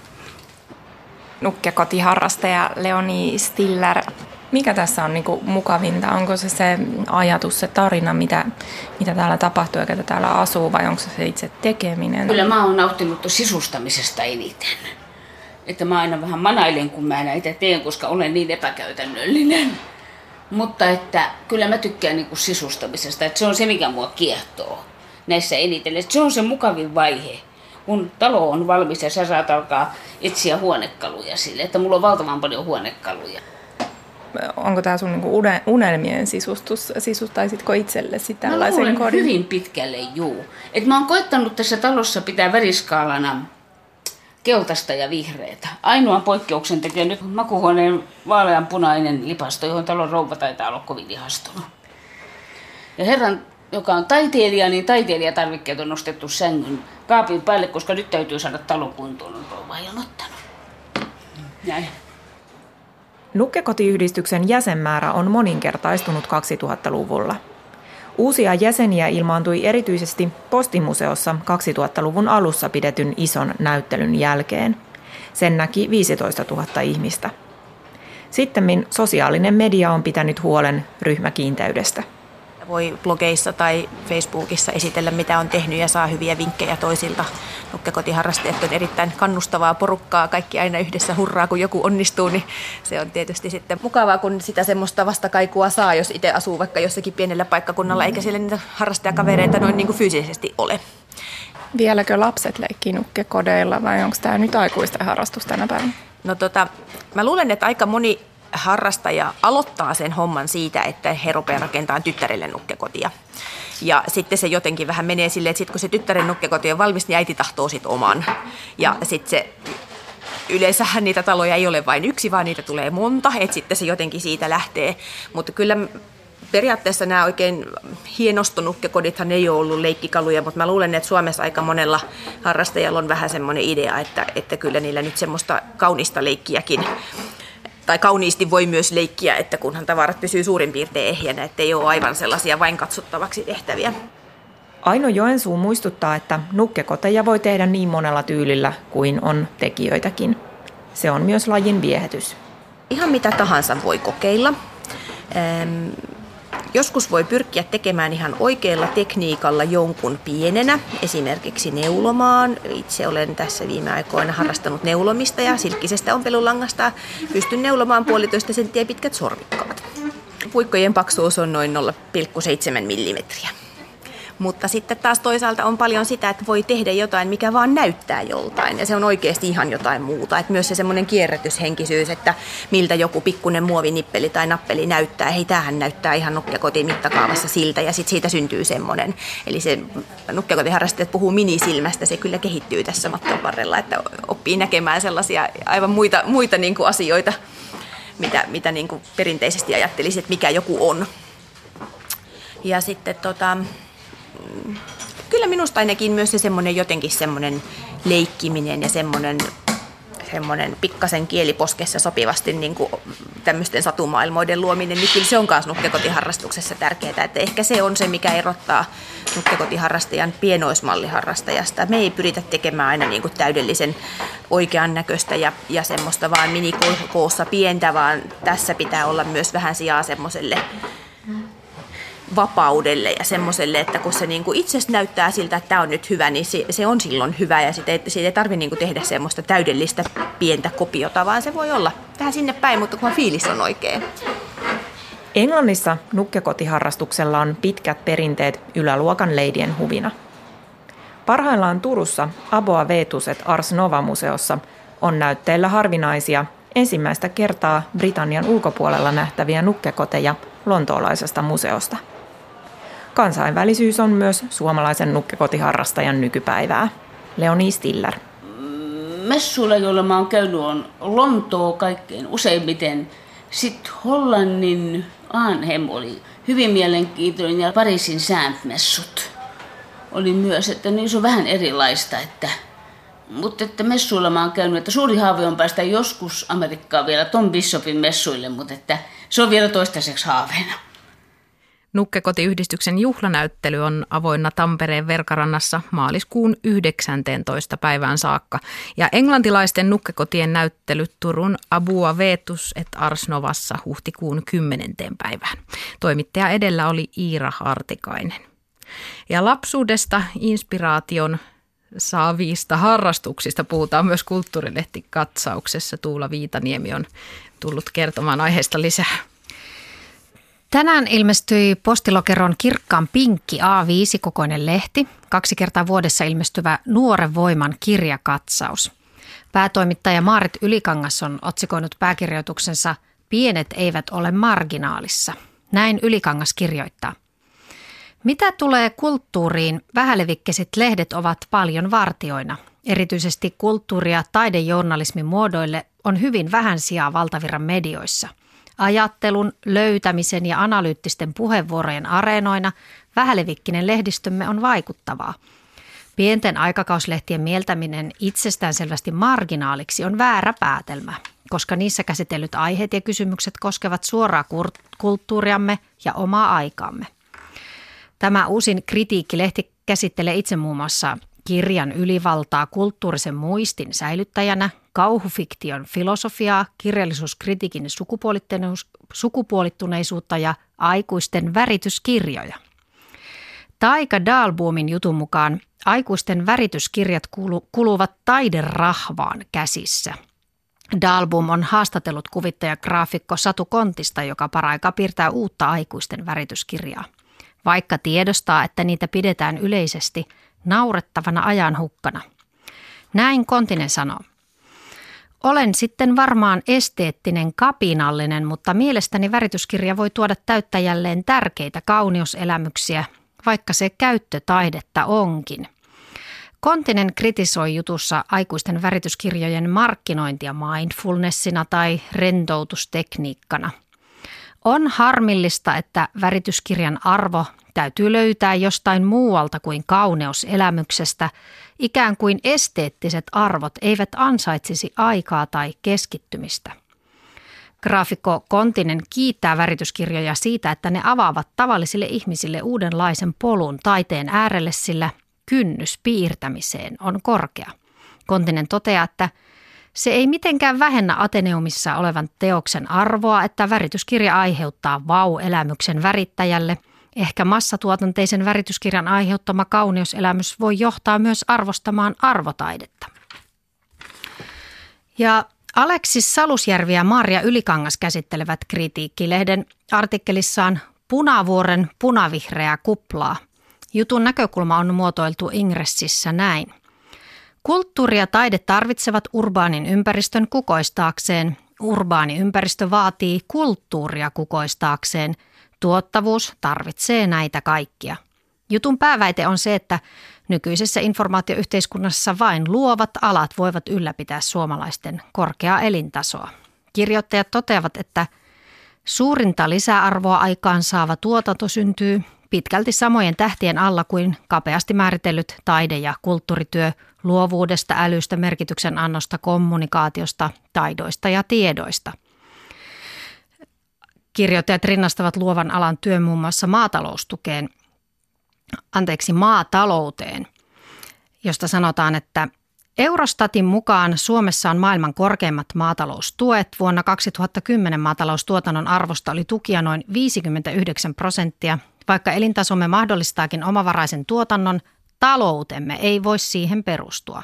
Nukkekotiharrastaja Leonie Stiller. Mikä tässä on niinku mukavinta? Onko se se ajatus, se tarina, mitä, mitä täällä tapahtuu ja ketä täällä asuu, vai onko se se itse tekeminen? Kyllä mä oon nauttinut sisustamisesta eniten. Että mä aina vähän manailen, kun mä näitä teen, koska olen niin epäkäytännöllinen. Mutta että kyllä mä tykkään niinku sisustamisesta, että se on se, mikä mua kiehtoo näissä eniten. Että se on se mukavin vaihe, kun talo on valmis ja sä saat alkaa etsiä huonekaluja sille, että mulla on valtavan paljon huonekaluja. Onko tämä sun niinku unelmien sisustus, sisustaisitko itsellesi tällaisen kodin? Mä luulen kodin? hyvin pitkälle, juu. Et mä oon koittanut tässä talossa pitää väriskaalana keltaista ja vihreätä. Ainoan poikkeuksen tekee nyt makuuhuoneen vaaleanpunainen lipasto, johon talon rouva taitaa olla kovin ihastunut. Ja herran, joka on taiteilija, niin taiteilijatarvikkeet on nostettu sängyn kaapin päälle, koska nyt täytyy saada talo kuntoon, on rouva ilmoittanut. Näin. Nukkekotiyhdistyksen jäsenmäärä on moninkertaistunut kaksituhattaluvulla. Uusia jäseniä ilmaantui erityisesti Postimuseossa kaksituhattaluvun alussa pidetyn ison näyttelyn jälkeen. Sen näki viisitoistatuhatta ihmistä. Sittemmin sosiaalinen media on pitänyt huolen ryhmäkiinteydestä. Voi blogeissa tai Facebookissa esitellä, mitä on tehnyt ja saa hyviä vinkkejä toisilta. Nukkekotiharrastajat on erittäin kannustavaa porukkaa. Kaikki aina yhdessä hurraa, kun joku onnistuu, niin se on tietysti sitten mukavaa, kun sitä semmoista vastakaikua saa, jos itse asuu vaikka jossakin pienellä paikkakunnalla, eikä siellä niitä harrastajakavereita noin niin kuin fyysisesti ole. Vieläkö lapset leikkii nukkekodeilla vai onko tämä nyt aikuisten harrastus tänä päivänä? No tota, mä luulen, että aika moni harrastaja aloittaa sen homman siitä, että he rupeaa rakentamaan tyttärelle nukkekotia. Ja sitten se jotenkin vähän menee silleen, että sit kun se tyttären nukkekoti on valmis, niin äiti tahtoo sit oman. Ja sitten se, yleensähän niitä taloja ei ole vain yksi, vaan niitä tulee monta, että sitten se jotenkin siitä lähtee. Mutta kyllä periaatteessa nämä oikein hienostonukkekodithan ei ole ollut leikkikaluja, mutta mä luulen, että Suomessa aika monella harrastajalla on vähän semmoinen idea, että, että kyllä niillä nyt semmoista kaunista leikkiäkin tai kauniisti voi myös leikkiä, että kunhan tavarat pysyy suurin piirtein ehjänä, ettei ole aivan sellaisia vain katsottavaksi tehtäviä. Aino Joensuu muistuttaa, että nukkekoteja voi tehdä niin monella tyylillä kuin on tekijöitäkin. Se on myös lajin viehätys. Ihan mitä tahansa voi kokeilla. Joskus voi pyrkiä tekemään ihan oikealla tekniikalla jonkun pienenä, esimerkiksi neulomaan. Itse olen tässä viime aikoina harrastanut neulomista ja silkkisestä ompelulangasta pystyn neulomaan puolitoista senttiä pitkät sorvikkaat. Puikkojen paksuus on noin nolla pilkku seitsemän millimetriä. Mutta sitten taas toisaalta on paljon sitä, että voi tehdä jotain, mikä vaan näyttää joltain. Ja se on oikeasti ihan jotain muuta. Että myös se semmoinen kierrätyshenkisyys, että miltä joku pikkuinen muovinippeli tai nappeli näyttää. Hei, tämähän näyttää ihan nukkekotin mittakaavassa siltä ja sitten siitä syntyy semmoinen. Eli se nukkekotiharrastajat puhuu minisilmästä, se kyllä kehittyy tässä matkan varrella, että oppii näkemään sellaisia aivan muita, muita niin kuin asioita, mitä, mitä niin kuin perinteisesti ajattelisi, että mikä joku on. Ja sitten tota... Kyllä minusta ainakin myös se semmoinen jotenkin semmoinen leikkiminen ja semmoinen, semmoinen pikkasen kieliposkessa sopivasti niin kuin tämmöisten satumaailmoiden luominen, niin kyllä se on myös nukkekotiharrastuksessa tärkeää. Että ehkä se on se, mikä erottaa nukkekotiharrastajan pienoismalliharrastajasta. Me ei pyritä tekemään aina niin kuin täydellisen oikean näköistä ja, ja semmoista vaan minikoossa pientä, vaan tässä pitää olla myös vähän sijaa semmoiselle vapaudelle ja semmoiselle, että kun se niinku itsestä näyttää siltä, että tämä on nyt hyvä, niin se, se on silloin hyvä ja siitä ei, siitä ei tarvitse niinku tehdä semmoista täydellistä pientä kopiota, vaan se voi olla vähän sinne päin, mutta kun fiilis on oikein. Englannissa nukkekotiharrastuksella on pitkät perinteet yläluokan leidien huvina. Parhaillaan Turussa Aboa Vetus et Ars Nova-museossa on näytteillä harvinaisia ensimmäistä kertaa Britannian ulkopuolella nähtäviä nukkekoteja lontoolaisesta museosta. Kansainvälisyys on myös suomalaisen nukkekotiharrastajan nykypäivää. Leonie Stiller. Messuilla, joilla mä oon käynyt, on Lontoo kaikkein useimmiten. Sitten Hollannin Arnhem oli hyvin mielenkiintoinen ja Pariisin Saint-messut oli myös, että niissä on vähän erilaista. Että, mutta että messuilla mä oon käynyt, että suuri haave on päästä joskus Amerikkaan vielä Tom Bishopin messuille, mutta että se on vielä toistaiseksi haaveena. Nukkekotiyhdistyksen juhlanäyttely on avoinna Tampereen Verkarannassa maaliskuun yhdeksänteentoista päivään saakka. Ja englantilaisten nukkekotien näyttely Turun Aboa Vetus et Ars Novassa huhtikuun kymmenenteen päivään. Toimittaja edellä oli Iira Hartikainen. Ja lapsuudesta inspiraation saavista harrastuksista puhutaan myös Kulttuurilehti-katsauksessa. Tuula Viitaniemi on tullut kertomaan aiheesta lisää. Tänään ilmestyi Postilokeron Kirkkaan pinkki A viisi -kokoinen lehti, kaksi kertaa vuodessa ilmestyvä Nuoren voiman kirjakatsaus. Päätoimittaja Maarit Ylikangas on otsikoinut pääkirjoituksensa Pienet eivät ole marginaalissa. Näin Ylikangas kirjoittaa. Mitä tulee kulttuuriin, vähälevikkeiset lehdet ovat paljon vartioina. Erityisesti kulttuuri- ja taidejournalismin muodoille on hyvin vähän sijaa valtavirran medioissa. Ajattelun, löytämisen ja analyyttisten puheenvuorojen areenoina vähälevikkinen lehdistömme on vaikuttavaa. Pienten aikakauslehtien mieltäminen itsestäänselvästi marginaaliksi on väärä päätelmä, koska niissä käsitellyt aiheet ja kysymykset koskevat suoraa kulttuuriamme ja omaa aikaamme. Tämä uusin kritiikkilehti käsittelee itse muun muassa kirjan ylivaltaa kulttuurisen muistin säilyttäjänä, kauhufiktion filosofiaa, kirjallisuuskritiikin sukupuolittuneisuutta ja aikuisten värityskirjoja. Taika Dahlboomin jutun mukaan aikuisten värityskirjat kuluvat taiderahvaan käsissä. Dahlboom on haastatellut kuvittaja-graafikko Satu Kontista, joka paraikaa piirtää uutta aikuisten värityskirjaa. Vaikka tiedostaa, että niitä pidetään yleisesti naurettavana ajanhukkana. Näin Kontinen sanoo. Olen sitten varmaan esteettinen kapinallinen, mutta mielestäni värityskirja voi tuoda täyttäjälleen tärkeitä kauneuselämyksiä, vaikka se käyttötaidetta onkin. Kontinen kritisoi jutussa aikuisten värityskirjojen markkinointia mindfulnessina tai rentoutustekniikkana. On harmillista, että värityskirjan arvo täytyy löytää jostain muualta kuin kauneuselämyksestä, ikään kuin esteettiset arvot eivät ansaitsisi aikaa tai keskittymistä. Graafikko Kontinen kiittää värityskirjoja siitä, että ne avaavat tavallisille ihmisille uudenlaisen polun taiteen äärelle, sillä kynnys piirtämiseen on korkea. Kontinen toteaa, että se ei mitenkään vähennä Ateneumissa olevan teoksen arvoa, että värityskirja aiheuttaa vau-elämyksen värittäjälle. Ehkä massatuotanteisen värityskirjan aiheuttama kauneuselämys voi johtaa myös arvostamaan arvotaidetta. Ja Aleksis Salusjärvi ja Marja Ylikangas käsittelevät Kritiikki-lehden artikkelissaan Punavuoren punavihreää kuplaa. Jutun näkökulma on muotoiltu ingressissä näin. Kulttuuri ja taide tarvitsevat urbaanin ympäristön kukoistaakseen. Urbaani ympäristö vaatii kulttuuria kukoistaakseen. Tuottavuus tarvitsee näitä kaikkia. Jutun pääväite on se, että nykyisessä informaatioyhteiskunnassa vain luovat alat voivat ylläpitää suomalaisten korkeaa elintasoa. Kirjoittajat toteavat, että suurinta lisäarvoa aikaan saava tuotanto syntyy pitkälti samojen tähtien alla kuin kapeasti määritellyt taide- ja kulttuurityö luovuudesta, älystä, merkityksen annosta, kommunikaatiosta, taidoista ja tiedoista. Kirjoittajat rinnastavat luovan alan työn muun muassa maataloustukeen, anteeksi maatalouteen, josta sanotaan, että Eurostatin mukaan Suomessa on maailman korkeimmat maataloustuet. Vuonna kaksituhattakymmenen maataloustuotannon arvosta oli tukia noin viisikymmentäyhdeksän prosenttia. Vaikka elintasomme mahdollistaakin omavaraisen tuotannon, taloutemme ei voi siihen perustua.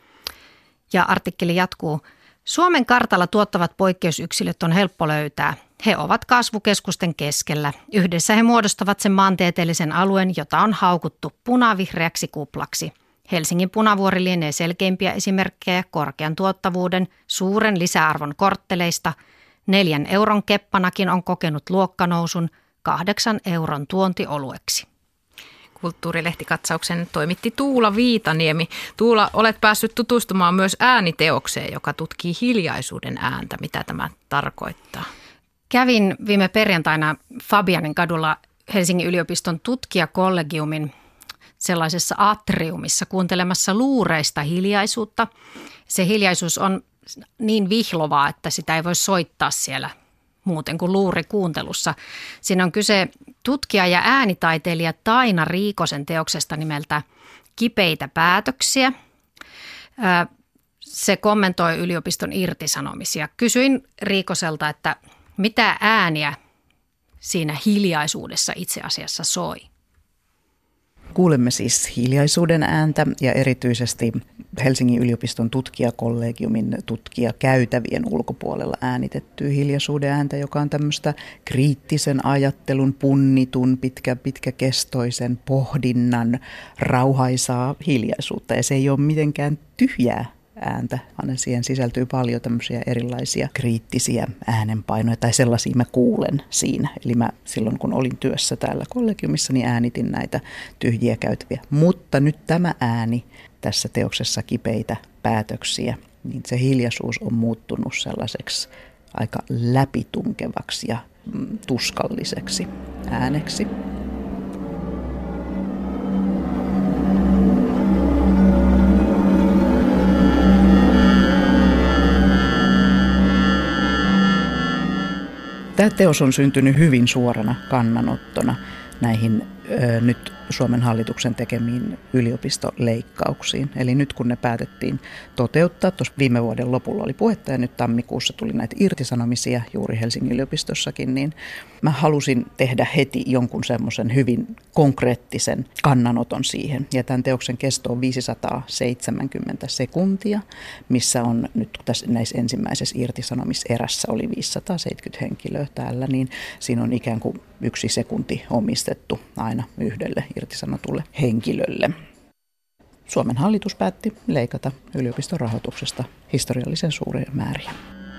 Ja artikkeli jatkuu. Suomen kartalla tuottavat poikkeusyksilöt on helppo löytää. He ovat kasvukeskusten keskellä. Yhdessä he muodostavat sen maantieteellisen alueen, jota on haukuttu punavihreäksi kuplaksi. Helsingin Punavuori lienee selkeimpiä esimerkkejä korkean tuottavuuden, suuren lisäarvon kortteleista. Neljän euron keppanakin on kokenut luokkanousun kahdeksan euron tuontiolueksi. Kulttuurilehtikatsauksen toimitti Tuula Viitaniemi. Tuula, olet päässyt tutustumaan myös ääniteokseen, joka tutkii hiljaisuuden ääntä. Mitä tämä tarkoittaa? Kävin viime perjantaina Fabianin kadulla Helsingin yliopiston tutkijakollegiumin sellaisessa atriumissa kuuntelemassa luureista hiljaisuutta. Se hiljaisuus on niin vihlovaa, että sitä ei voi soittaa siellä muuten kuin luurikuuntelussa. Siinä on kyse tutkija ja äänitaiteilija Taina Riikosen teoksesta nimeltä Kipeitä päätöksiä. Se kommentoi yliopiston irtisanomisia. Kysyin Riikoselta, että mitä ääniä siinä hiljaisuudessa itse asiassa soi? Kuulemme siis hiljaisuuden ääntä ja erityisesti Helsingin yliopiston tutkijakollegiumin tutkijakäytävien ulkopuolella äänitettyä hiljaisuuden ääntä, joka on tämmöistä kriittisen ajattelun, punnitun, pitkä, pitkäkestoisen pohdinnan, rauhaisaa hiljaisuutta. Ja se ei ole mitenkään tyhjää ääntä, vaan siihen sisältyy paljon tämmöisiä erilaisia kriittisiä äänenpainoja tai sellaisia mä kuulen siinä. Eli mä silloin kun olin työssä täällä kollegiumissa, niin äänitin näitä tyhjiä käytäviä. Mutta nyt tämä ääni tässä teoksessa Kipeitä päätöksiä, niin se hiljaisuus on muuttunut sellaiseksi aika läpitunkevaksi ja tuskalliseksi ääneksi. Tämä teos on syntynyt hyvin suorana kannanottona näihin ö, nyt Suomen hallituksen tekemiin yliopistoleikkauksiin. Eli nyt kun ne päätettiin toteuttaa, tuossa viime vuoden lopulla oli puhetta ja nyt tammikuussa tuli näitä irtisanomisia juuri Helsingin yliopistossakin, niin mä halusin tehdä heti jonkun semmoisen hyvin konkreettisen kannanoton siihen. Ja tämän teoksen kesto on viisisataaseitsemänkymmentä sekuntia, missä on nyt tässä näissä ensimmäisessä irtisanomiserässä oli viisisataaseitsemänkymmentä henkilöä täällä, niin siinä on ikään kuin yksi sekunti omistettu aina yhdelle irtisanotulle henkilölle. Suomen hallitus päätti leikata yliopiston rahoituksesta historiallisen suuria määriä.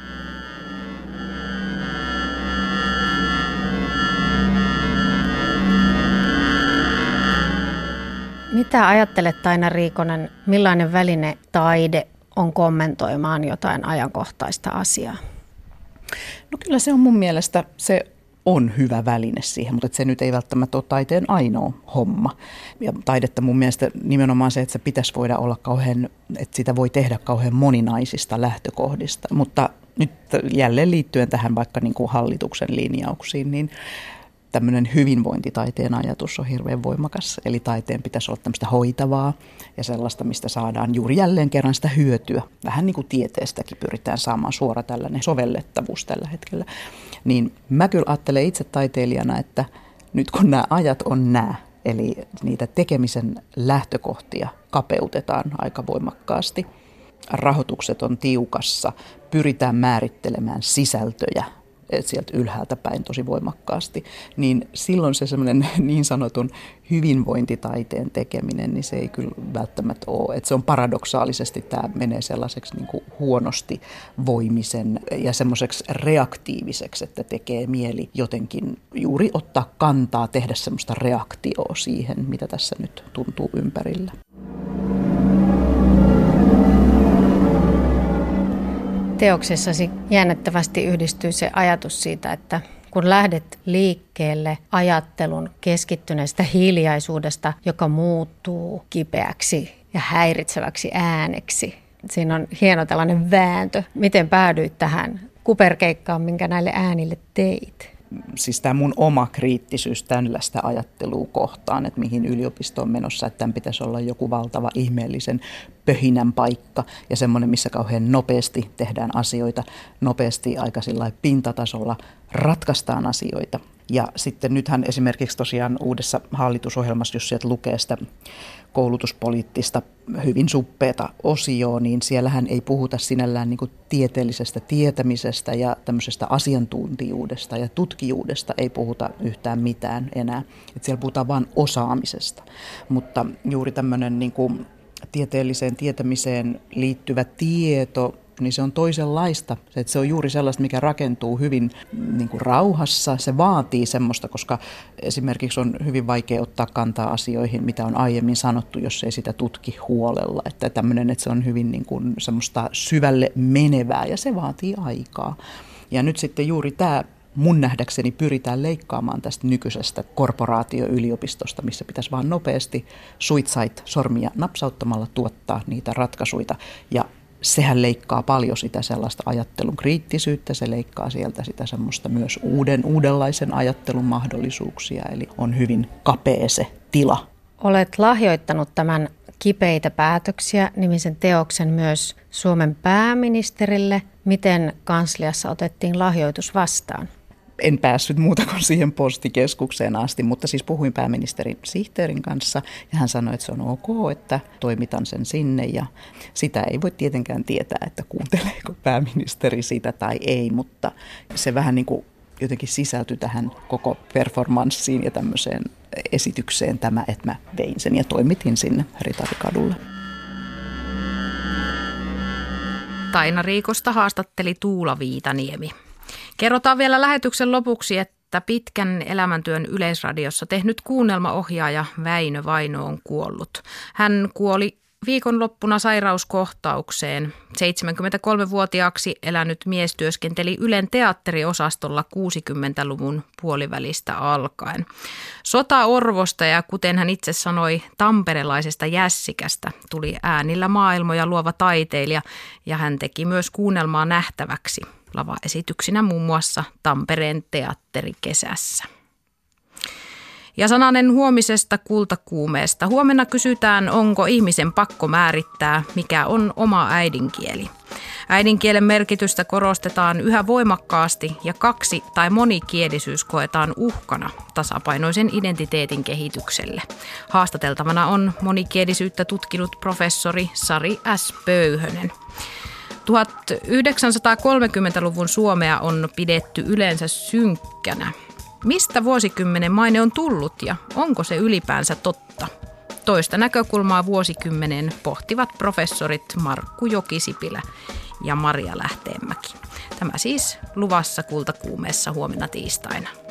Mitä ajattelet, Taina Riikonen, millainen väline taide on kommentoimaan jotain ajankohtaista asiaa? No kyllä se on mun mielestä se on hyvä väline siihen, mutta se nyt ei välttämättä ole taiteen ainoa homma. Ja taidetta mun mielestä nimenomaan se, että se pitäisi voida olla kauhean, että sitä voi tehdä kauhean moninaisista lähtökohdista. Mutta nyt jälleen liittyen tähän vaikka niin kuin hallituksen linjauksiin, niin tämmöinen hyvinvointitaiteen ajatus on hirveän voimakas. Eli taiteen pitäisi olla tämmöistä hoitavaa ja sellaista, mistä saadaan juuri jälleen kerran sitä hyötyä. Vähän niin kuin tieteestäkin pyritään saamaan suora tällainen sovellettavuus tällä hetkellä. Niin mä kyllä ajattelen itse taiteilijana, että nyt kun nämä ajat on nämä, eli niitä tekemisen lähtökohtia kapeutetaan aika voimakkaasti, rahoitukset on tiukassa, pyritään määrittelemään sisältöjä sieltä ylhäältä päin tosi voimakkaasti, niin silloin se semmoinen niin sanotun hyvinvointitaiteen tekeminen, niin se ei kyllä välttämättä ole. Että se on paradoksaalisesti, tämä menee sellaiseksi niin kuin huonosti voimisen ja semmoiseksi reaktiiviseksi, että tekee mieli jotenkin juuri ottaa kantaa, tehdä semmoista reaktioa siihen, mitä tässä nyt tuntuu ympärillä. Teoksessasi jännittävästi yhdistyy se ajatus siitä, että kun lähdet liikkeelle ajattelun keskittyneestä hiljaisuudesta, joka muuttuu kipeäksi ja häiritseväksi ääneksi. Siinä on hieno tällainen vääntö. Miten päädyit tähän kuperkeikkaan, minkä näille äänille teit? Siis tämä mun oma kriittisyys tällaista ajattelua kohtaan, että mihin yliopisto on menossa, että tämän pitäisi olla joku valtava ihmeellisen pöhinän paikka ja semmoinen, missä kauhean nopeasti tehdään asioita, nopeasti aika sillä pintatasolla ratkaistaan asioita. Ja sitten nythän esimerkiksi tosiaan uudessa hallitusohjelmassa, jos sieltä lukee sitä koulutuspoliittista hyvin suppeata osioa, niin siellähän ei puhuta sinällään niin kuin tieteellisestä tietämisestä ja tämmöisestä asiantuntijuudesta ja tutkijuudesta ei puhuta yhtään mitään enää. Että siellä puhutaan vain osaamisesta, mutta juuri tämmöinen niin kuin tieteelliseen tietämiseen liittyvä tieto, niin se on toisenlaista. Se on juuri sellaista, mikä rakentuu hyvin niin kuin rauhassa. Se vaatii semmoista, koska esimerkiksi on hyvin vaikea ottaa kantaa asioihin, mitä on aiemmin sanottu, jos ei sitä tutki huolella. Että tämmöinen, että se on hyvin niin kuin semmoista syvälle menevää ja se vaatii aikaa. Ja nyt sitten juuri tämä mun nähdäkseni pyritään leikkaamaan tästä nykyisestä korporaatioyliopistosta, missä pitäisi vaan nopeasti suitsait sormia napsauttamalla tuottaa niitä ratkaisuja. Ja sehän leikkaa paljon sitä sellaista ajattelun kriittisyyttä, se leikkaa sieltä sitä semmoista myös uuden, uudenlaisen ajattelun mahdollisuuksia, eli on hyvin kapea se tila. Olet lahjoittanut tämän Kipeitä päätöksiä -nimisen teoksen myös Suomen pääministerille. Miten kansliassa otettiin lahjoitus vastaan? En päässyt muuta kuin siihen postikeskukseen asti, mutta siis puhuin pääministerin sihteerin kanssa ja hän sanoi, että se on ok, että toimitan sen sinne ja sitä ei voi tietenkään tietää, että kuunteleeko pääministeri sitä tai ei, mutta se vähän niin kuin jotenkin sisältyi tähän koko performanssiin ja tämmöiseen esitykseen tämä, että mä vein sen ja toimitin sinne Ritarikadulle. Taina Riikosta haastatteli Tuula Viitaniemi. Kerrotaan vielä lähetyksen lopuksi, että pitkän elämäntyön Yleisradiossa tehnyt kuunnelmaohjaaja Väinö Vaino on kuollut. Hän kuoli viikonloppuna sairauskohtaukseen. seitsemänkymmentäkolmevuotiaaksi elänyt mies työskenteli Ylen teatteriosastolla kuusikymmentäluvun puolivälistä alkaen. Sotaorvosta ja kuten hän itse sanoi, tamperelaisesta jässikästä tuli äänillä maailmoja luova taiteilija ja hän teki myös kuunnelmaa nähtäväksi lavaesityksinä muun muassa Tampereen teatterikesässä. Ja sananen huomisesta kultakuumeesta. Huomenna kysytään, onko ihmisen pakko määrittää, mikä on oma äidinkieli. Äidinkielen merkitystä korostetaan yhä voimakkaasti ja kaksi- tai monikielisyys koetaan uhkana tasapainoisen identiteetin kehitykselle. Haastateltavana on monikielisyyttä tutkinut professori Sari S. Pöyhönen. tuhatyhdeksänsataakolmekymmentäluvun Suomea on pidetty yleensä synkkänä. Mistä vuosikymmenen maine on tullut ja onko se ylipäänsä totta? Toista näkökulmaa vuosikymmenen pohtivat professorit Markku Jokisipilä ja Maria Lähteenmäki. Tämä siis luvassa kultakuumeessa huomenna tiistaina.